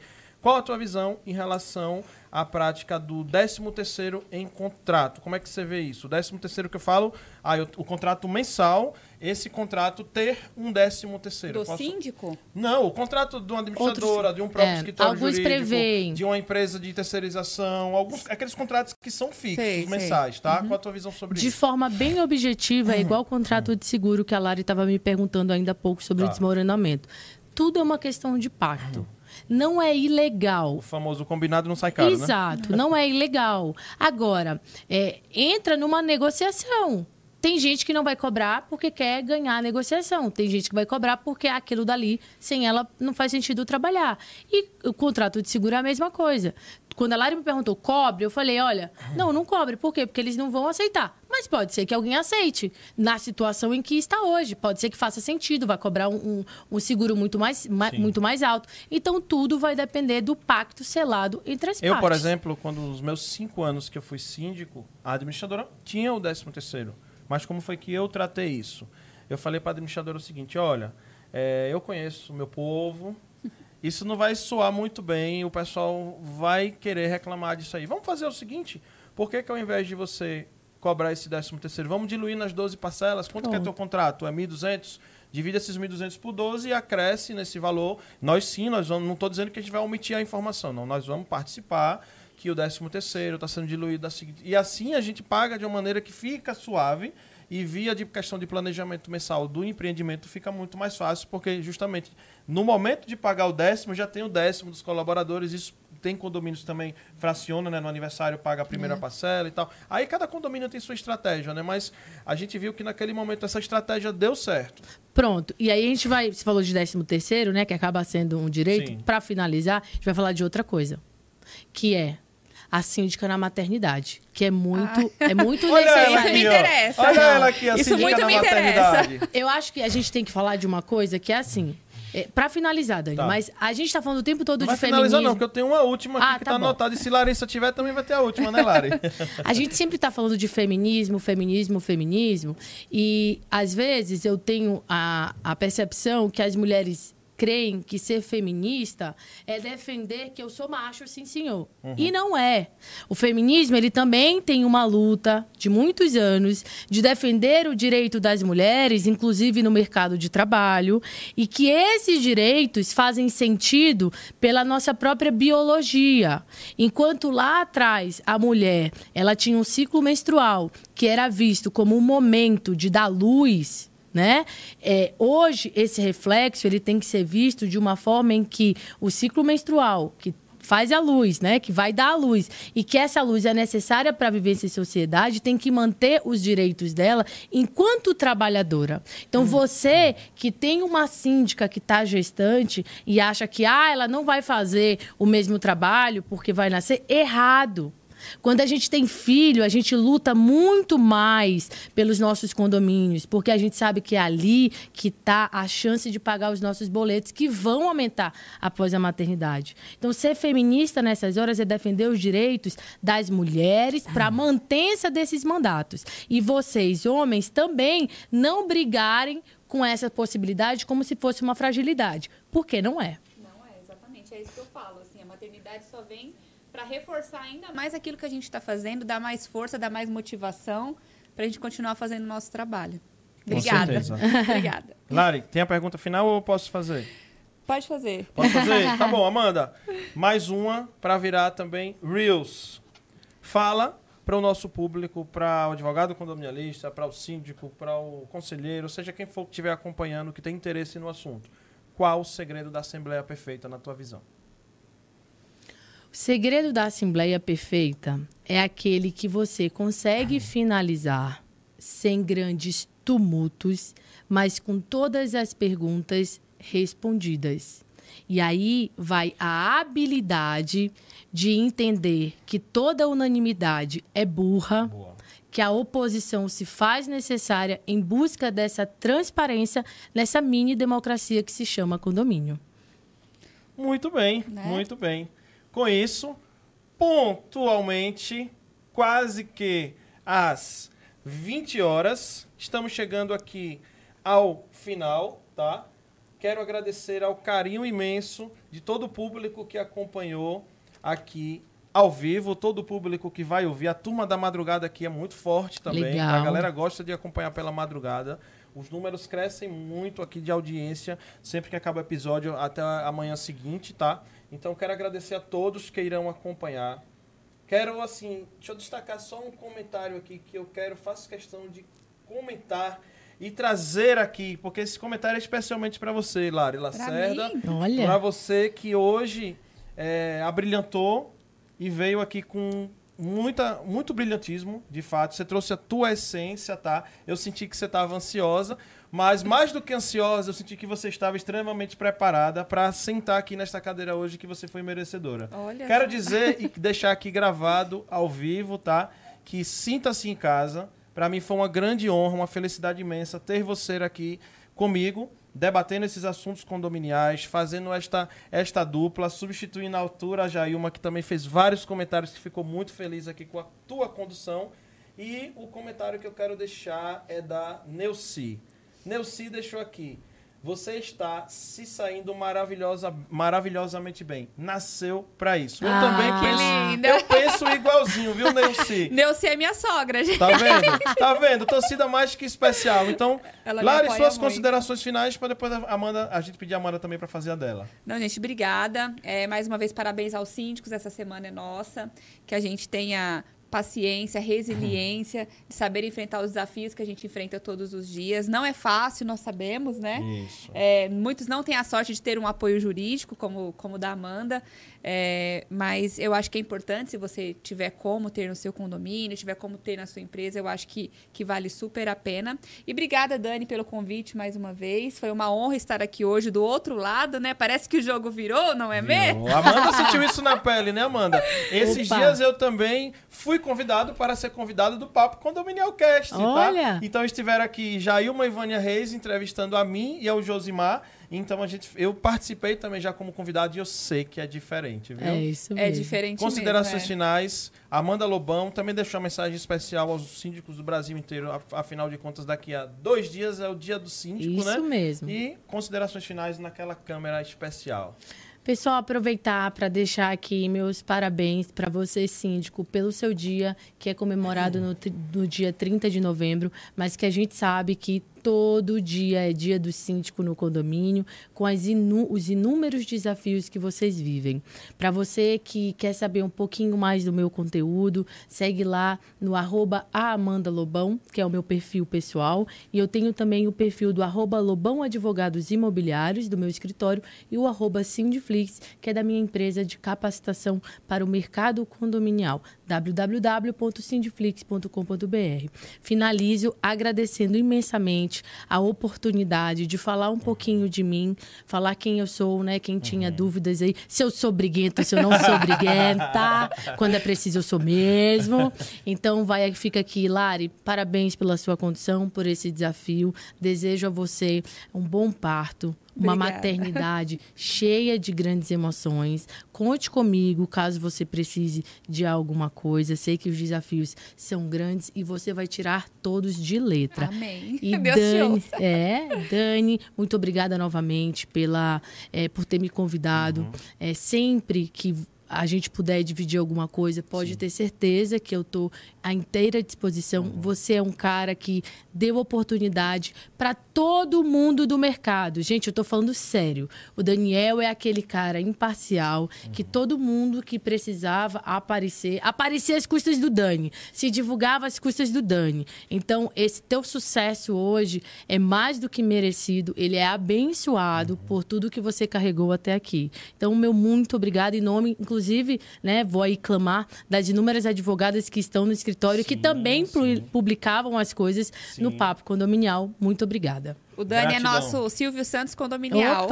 Qual a tua visão em relação à prática do décimo terceiro em contrato? Como é que você vê isso? O décimo terceiro que eu falo, ah, eu, o contrato mensal, esse contrato ter um décimo terceiro. Do Posso... síndico? Não, o contrato de uma administradora, Outros, de um próprio é, escritório alguns jurídico, prevêem. de uma empresa de terceirização, alguns, aqueles contratos que são fixos, Sei, mensais, sei. tá? Uhum. Qual a tua visão sobre De isso? forma bem objetiva, é igual o contrato de seguro que a Lari estava me perguntando ainda há pouco sobre Tá. o desmoronamento. Tudo é uma questão de pacto. Não é ilegal. O famoso combinado não sai caro, né? Exato, não é ilegal. Agora, é, entra numa negociação. Tem gente que não vai cobrar porque quer ganhar a negociação. Tem gente que vai cobrar porque aquilo dali, sem ela, não faz sentido trabalhar. E o contrato de seguro é a mesma coisa. Quando a Lari me perguntou, cobre? Eu falei, olha, não, não cobre. Por quê? Porque eles não vão aceitar. Mas pode ser que alguém aceite na situação em que está hoje. Pode ser que faça sentido, vai cobrar um, um, um seguro muito mais, ma, muito mais alto. Então, tudo vai depender do pacto selado entre as Eu, partes. por exemplo, quando nos meus cinco anos que eu fui síndico, a administradora tinha o décimo terceiro. Mas como foi que eu tratei isso? Eu falei para a administradora o seguinte, olha, é, eu conheço o meu povo, isso não vai soar muito bem, o pessoal vai querer reclamar disso aí. Vamos fazer o seguinte, por que que ao invés de você cobrar esse décimo terceiro, vamos diluir nas doze parcelas? Quanto que é teu contrato? É mil e duzentos? Divide esses mil e duzentos por doze e acresce nesse valor. Nós sim, nós vamos, não estou dizendo que a gente vai omitir a informação, não. Nós vamos participar que o décimo terceiro está sendo diluído da seguinte... E assim a gente paga de uma maneira que fica suave e via de questão de planejamento mensal do empreendimento fica muito mais fácil, porque justamente no momento de pagar o décimo, já tem o décimo dos colaboradores, isso tem condomínios que também fraciona, né? No aniversário paga a primeira é. parcela e tal. Aí cada condomínio tem sua estratégia, né? Mas a gente viu que naquele momento essa estratégia deu certo. Pronto. E aí a gente vai... Você falou de décimo terceiro, né? Que acaba sendo um direito. Para finalizar, a gente vai falar de outra coisa. Que é a síndica na maternidade. Que é muito... Ah. É muito Olha ela Isso aqui, me interessa. Olha ela aqui, a Isso síndica muito na me maternidade. interessa. Eu acho que a gente tem que falar de uma coisa que é assim... É, para finalizar, Dani, tá. Mas a gente tá falando o tempo todo não de vai feminismo. Finalizar não, porque eu tenho uma última aqui ah, que tá, tá anotada. E se Larissa tiver, também vai ter a última, né, Lari? A gente sempre tá falando de feminismo, feminismo, feminismo. E, às vezes, eu tenho a, a percepção que as mulheres creem que ser feminista é defender que eu sou macho, sim, senhor. Uhum. E não é. O feminismo, ele também tem uma luta de muitos anos de defender o direito das mulheres, inclusive no mercado de trabalho, e que esses direitos fazem sentido pela nossa própria biologia. Enquanto lá atrás a mulher, ela tinha um ciclo menstrual que era visto como um momento de dar luz, né? É, hoje, esse reflexo ele tem que ser visto de uma forma em que o ciclo menstrual, que faz a luz, né? Que vai dar a luz, e que essa luz é necessária para viver em sociedade, tem que manter os direitos dela enquanto trabalhadora. Então, uhum. você que tem uma síndica que está gestante e acha que ah, ela não vai fazer o mesmo trabalho porque vai nascer, errado. Quando a gente tem filho, a gente luta muito mais pelos nossos condomínios, porque a gente sabe que é ali que está a chance de pagar os nossos boletos, que vão aumentar após a maternidade. Então, ser feminista nessas horas é defender os direitos das mulheres para a mantença desses mandatos. E vocês, homens, também não brigarem com essa possibilidade como se fosse uma fragilidade, porque não é. Não é, exatamente. É isso que eu falo. Assim, a maternidade só vem para reforçar ainda mais aquilo que a gente está fazendo, dar mais força, dar mais motivação para a gente continuar fazendo o nosso trabalho. Obrigada. Obrigada. Lari, tem a pergunta final ou eu posso fazer? Pode fazer. Posso fazer? Tá bom, Amanda. Mais uma para virar também Reels. Fala para o nosso público, para o advogado condominialista, para o síndico, para o conselheiro, seja quem for que estiver acompanhando, que tem interesse no assunto. Qual o segredo da Assembleia Perfeita na tua visão? O segredo da Assembleia Perfeita é aquele que você consegue finalizar sem grandes tumultos, mas com todas as perguntas respondidas. E aí vai a habilidade de entender que toda unanimidade é burra, Boa. que a oposição se faz necessária em busca dessa transparência nessa mini democracia que se chama condomínio. Muito bem, né? Muito bem. Com isso, pontualmente, quase que às vinte horas, estamos chegando aqui ao final, tá? quero agradecer ao carinho imenso de todo o público que acompanhou aqui ao vivo, todo o público que vai ouvir. A turma da madrugada aqui é muito forte também. Legal. A galera gosta de acompanhar pela madrugada. Os números crescem muito aqui de audiência, sempre que acaba o episódio, até a manhã seguinte, tá? Então, quero agradecer a todos que irão acompanhar. Quero, assim, deixa eu destacar só um comentário aqui que eu quero, faço questão de comentar e trazer aqui, porque esse comentário é especialmente para você, Lari Lacerda. Olha. Para você que hoje é, abrilhantou e veio aqui com muita, muito brilhantismo, de fato. Você trouxe a tua essência, tá? Eu senti que você estava ansiosa, mas mais do que ansiosa, eu senti que você estava extremamente preparada para sentar aqui nesta cadeira hoje, que você foi merecedora. Olha Quero só. dizer e deixar aqui gravado ao vivo, tá? Que sinta-se em casa. Para mim foi uma grande honra, uma felicidade imensa ter você aqui comigo, debatendo esses assuntos condominiais, fazendo esta, esta dupla, substituindo a altura a Jailma, que também fez vários comentários, que ficou muito feliz aqui com a tua condução. E o comentário que eu quero deixar é da Neuci. Neuci deixou aqui: você está se saindo maravilhosa, maravilhosamente bem. Nasceu pra isso. Eu Ah, também que penso, linda. eu penso igualzinho, viu, Neuci? Neuci é minha sogra, gente. Tá vendo? Tá vendo? Torcida mais que especial. Então, Ela me Lari, apoia suas muito. considerações finais, para depois a Amanda, a gente pedir a Amanda também para fazer a dela. Não, gente, obrigada. É, mais uma vez, parabéns aos síndicos. Essa semana é nossa. Que a gente tenha paciência, resiliência, de saber enfrentar os desafios que a gente enfrenta todos os dias. Não é fácil, nós sabemos, né? Isso. É, muitos não têm a sorte de ter um apoio jurídico, como, como o da Amanda, é, mas eu acho que é importante, se você tiver como ter no seu condomínio, tiver como ter na sua empresa, eu acho que, que vale super a pena. E obrigada, Dani, pelo convite mais uma vez. Foi uma honra estar aqui hoje do outro lado, né? Parece que o jogo virou, não é mesmo? A Amanda sentiu isso na pele, né, Amanda? Esses Opa. dias eu também fui convidado para ser convidado do Papo Condominial Cast, Olha. tá? Então estiveram aqui Jailma e Vânia Reis entrevistando a mim e ao Josimar. Então a gente, eu participei também já como convidado e eu sei que é diferente, viu? É isso É mesmo. diferente Considerações mesmo, é. finais. Amanda Lobão também deixou uma mensagem especial aos síndicos do Brasil inteiro. A- Afinal de contas, daqui a dois dias é o dia do síndico, Isso né? mesmo. E considerações finais naquela câmera especial. Pessoal, aproveitar para deixar aqui meus parabéns para você, síndico, pelo seu dia, que é comemorado no, tri- no dia trinta de novembro, mas que a gente sabe que todo dia é dia do síndico no condomínio, com as inu- os inúmeros desafios que vocês vivem. Para você que quer saber um pouquinho mais do meu conteúdo, segue lá no arroba Amanda Lobão, que é o meu perfil pessoal, e eu tenho também o perfil do arroba Lobão Advogados Imobiliários, do meu escritório, e o arroba Sindiflix, que é da minha empresa de capacitação para o mercado condominial, w w w ponto sindiflix ponto com ponto b r. Finalizo agradecendo imensamente a oportunidade de falar um pouquinho de mim, falar quem eu sou, né? Quem tinha dúvidas aí, se eu sou briguenta, se eu não sou briguenta, quando é preciso eu sou mesmo. Então, vai, fica aqui, Lari, parabéns pela sua condição, por esse desafio. Desejo a você um bom parto, uma Obrigada. maternidade cheia de grandes emoções. Conte comigo caso você precise de alguma coisa. Sei que os desafios são grandes e você vai tirar todos de letra. Amém. E Deus te Dani, ouça. é, Dani, muito obrigada novamente pela, é, por ter me convidado. É, sempre que a gente puder dividir alguma coisa, pode Sim. ter certeza que eu estou à inteira disposição. Uhum. Você é um cara que deu oportunidade para todo mundo do mercado. Gente, eu estou falando sério. O Daniel é aquele cara imparcial, Uhum. que todo mundo que precisava aparecer, aparecia às custas do Dani, se divulgava às custas do Dani. Então, esse teu sucesso hoje é mais do que merecido. Ele é abençoado Uhum. por tudo que você carregou até aqui. Então, meu muito obrigado em nome, inclusive, né, vou aí clamar das inúmeras advogadas que estão no escritório, que Sim, também pu- sim. publicavam as coisas Sim. no Papo Condominial. Muito obrigada. O Dani Gratidão. é nosso Silvio Santos condominial.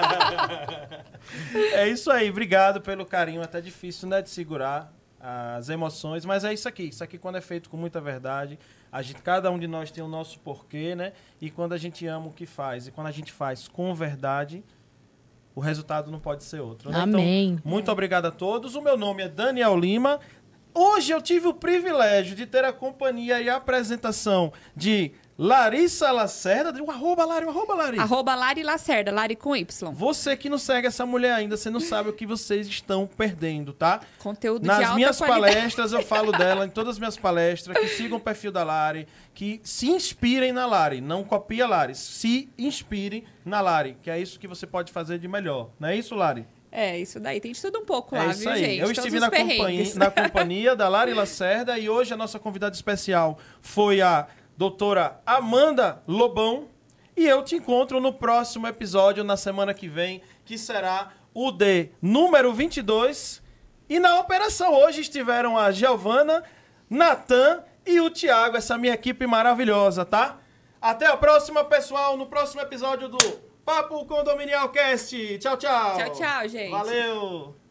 É isso aí, obrigado pelo carinho. Até difícil, né, de segurar as emoções, mas é isso aqui. Isso aqui, quando é feito com muita verdade, a gente, cada um de nós tem o nosso porquê, né? E quando a gente ama o que faz, e quando a gente faz com verdade, o resultado não pode ser outro, né? Amém. Então, muito obrigado a todos. O meu nome é Daniel Lima. Hoje eu tive o privilégio de ter a companhia e a apresentação de Larissa Lacerda. O arroba, Lari, o arroba, Lari. Arroba Lari Lacerda, Lari com Y. Você que não segue essa mulher ainda, você não sabe o que vocês estão perdendo, tá? Conteúdo Nas de alta minhas qualidade. palestras, eu falo dela, em todas as minhas palestras, que sigam o perfil da Lari, que se inspirem na Lari, não copiem a Lari, se inspirem na Lari, que é isso que você pode fazer de melhor. Não é isso, Lari? É, isso daí. Tem de tudo um pouco lá, É isso viu, aí. gente? Eu Todos estive os na perrengues. companhia, na companhia da Lari Lacerda e hoje a nossa convidada especial foi a doutora Amanda Lobão. E eu te encontro no próximo episódio, na semana que vem, que será o de número vinte e dois. E na operação hoje estiveram a Giovana, Natan e o Thiago, essa minha equipe maravilhosa, tá? Até a próxima, pessoal, no próximo episódio do Papo Condominial Cast. Tchau, tchau. Tchau, tchau, gente. Valeu.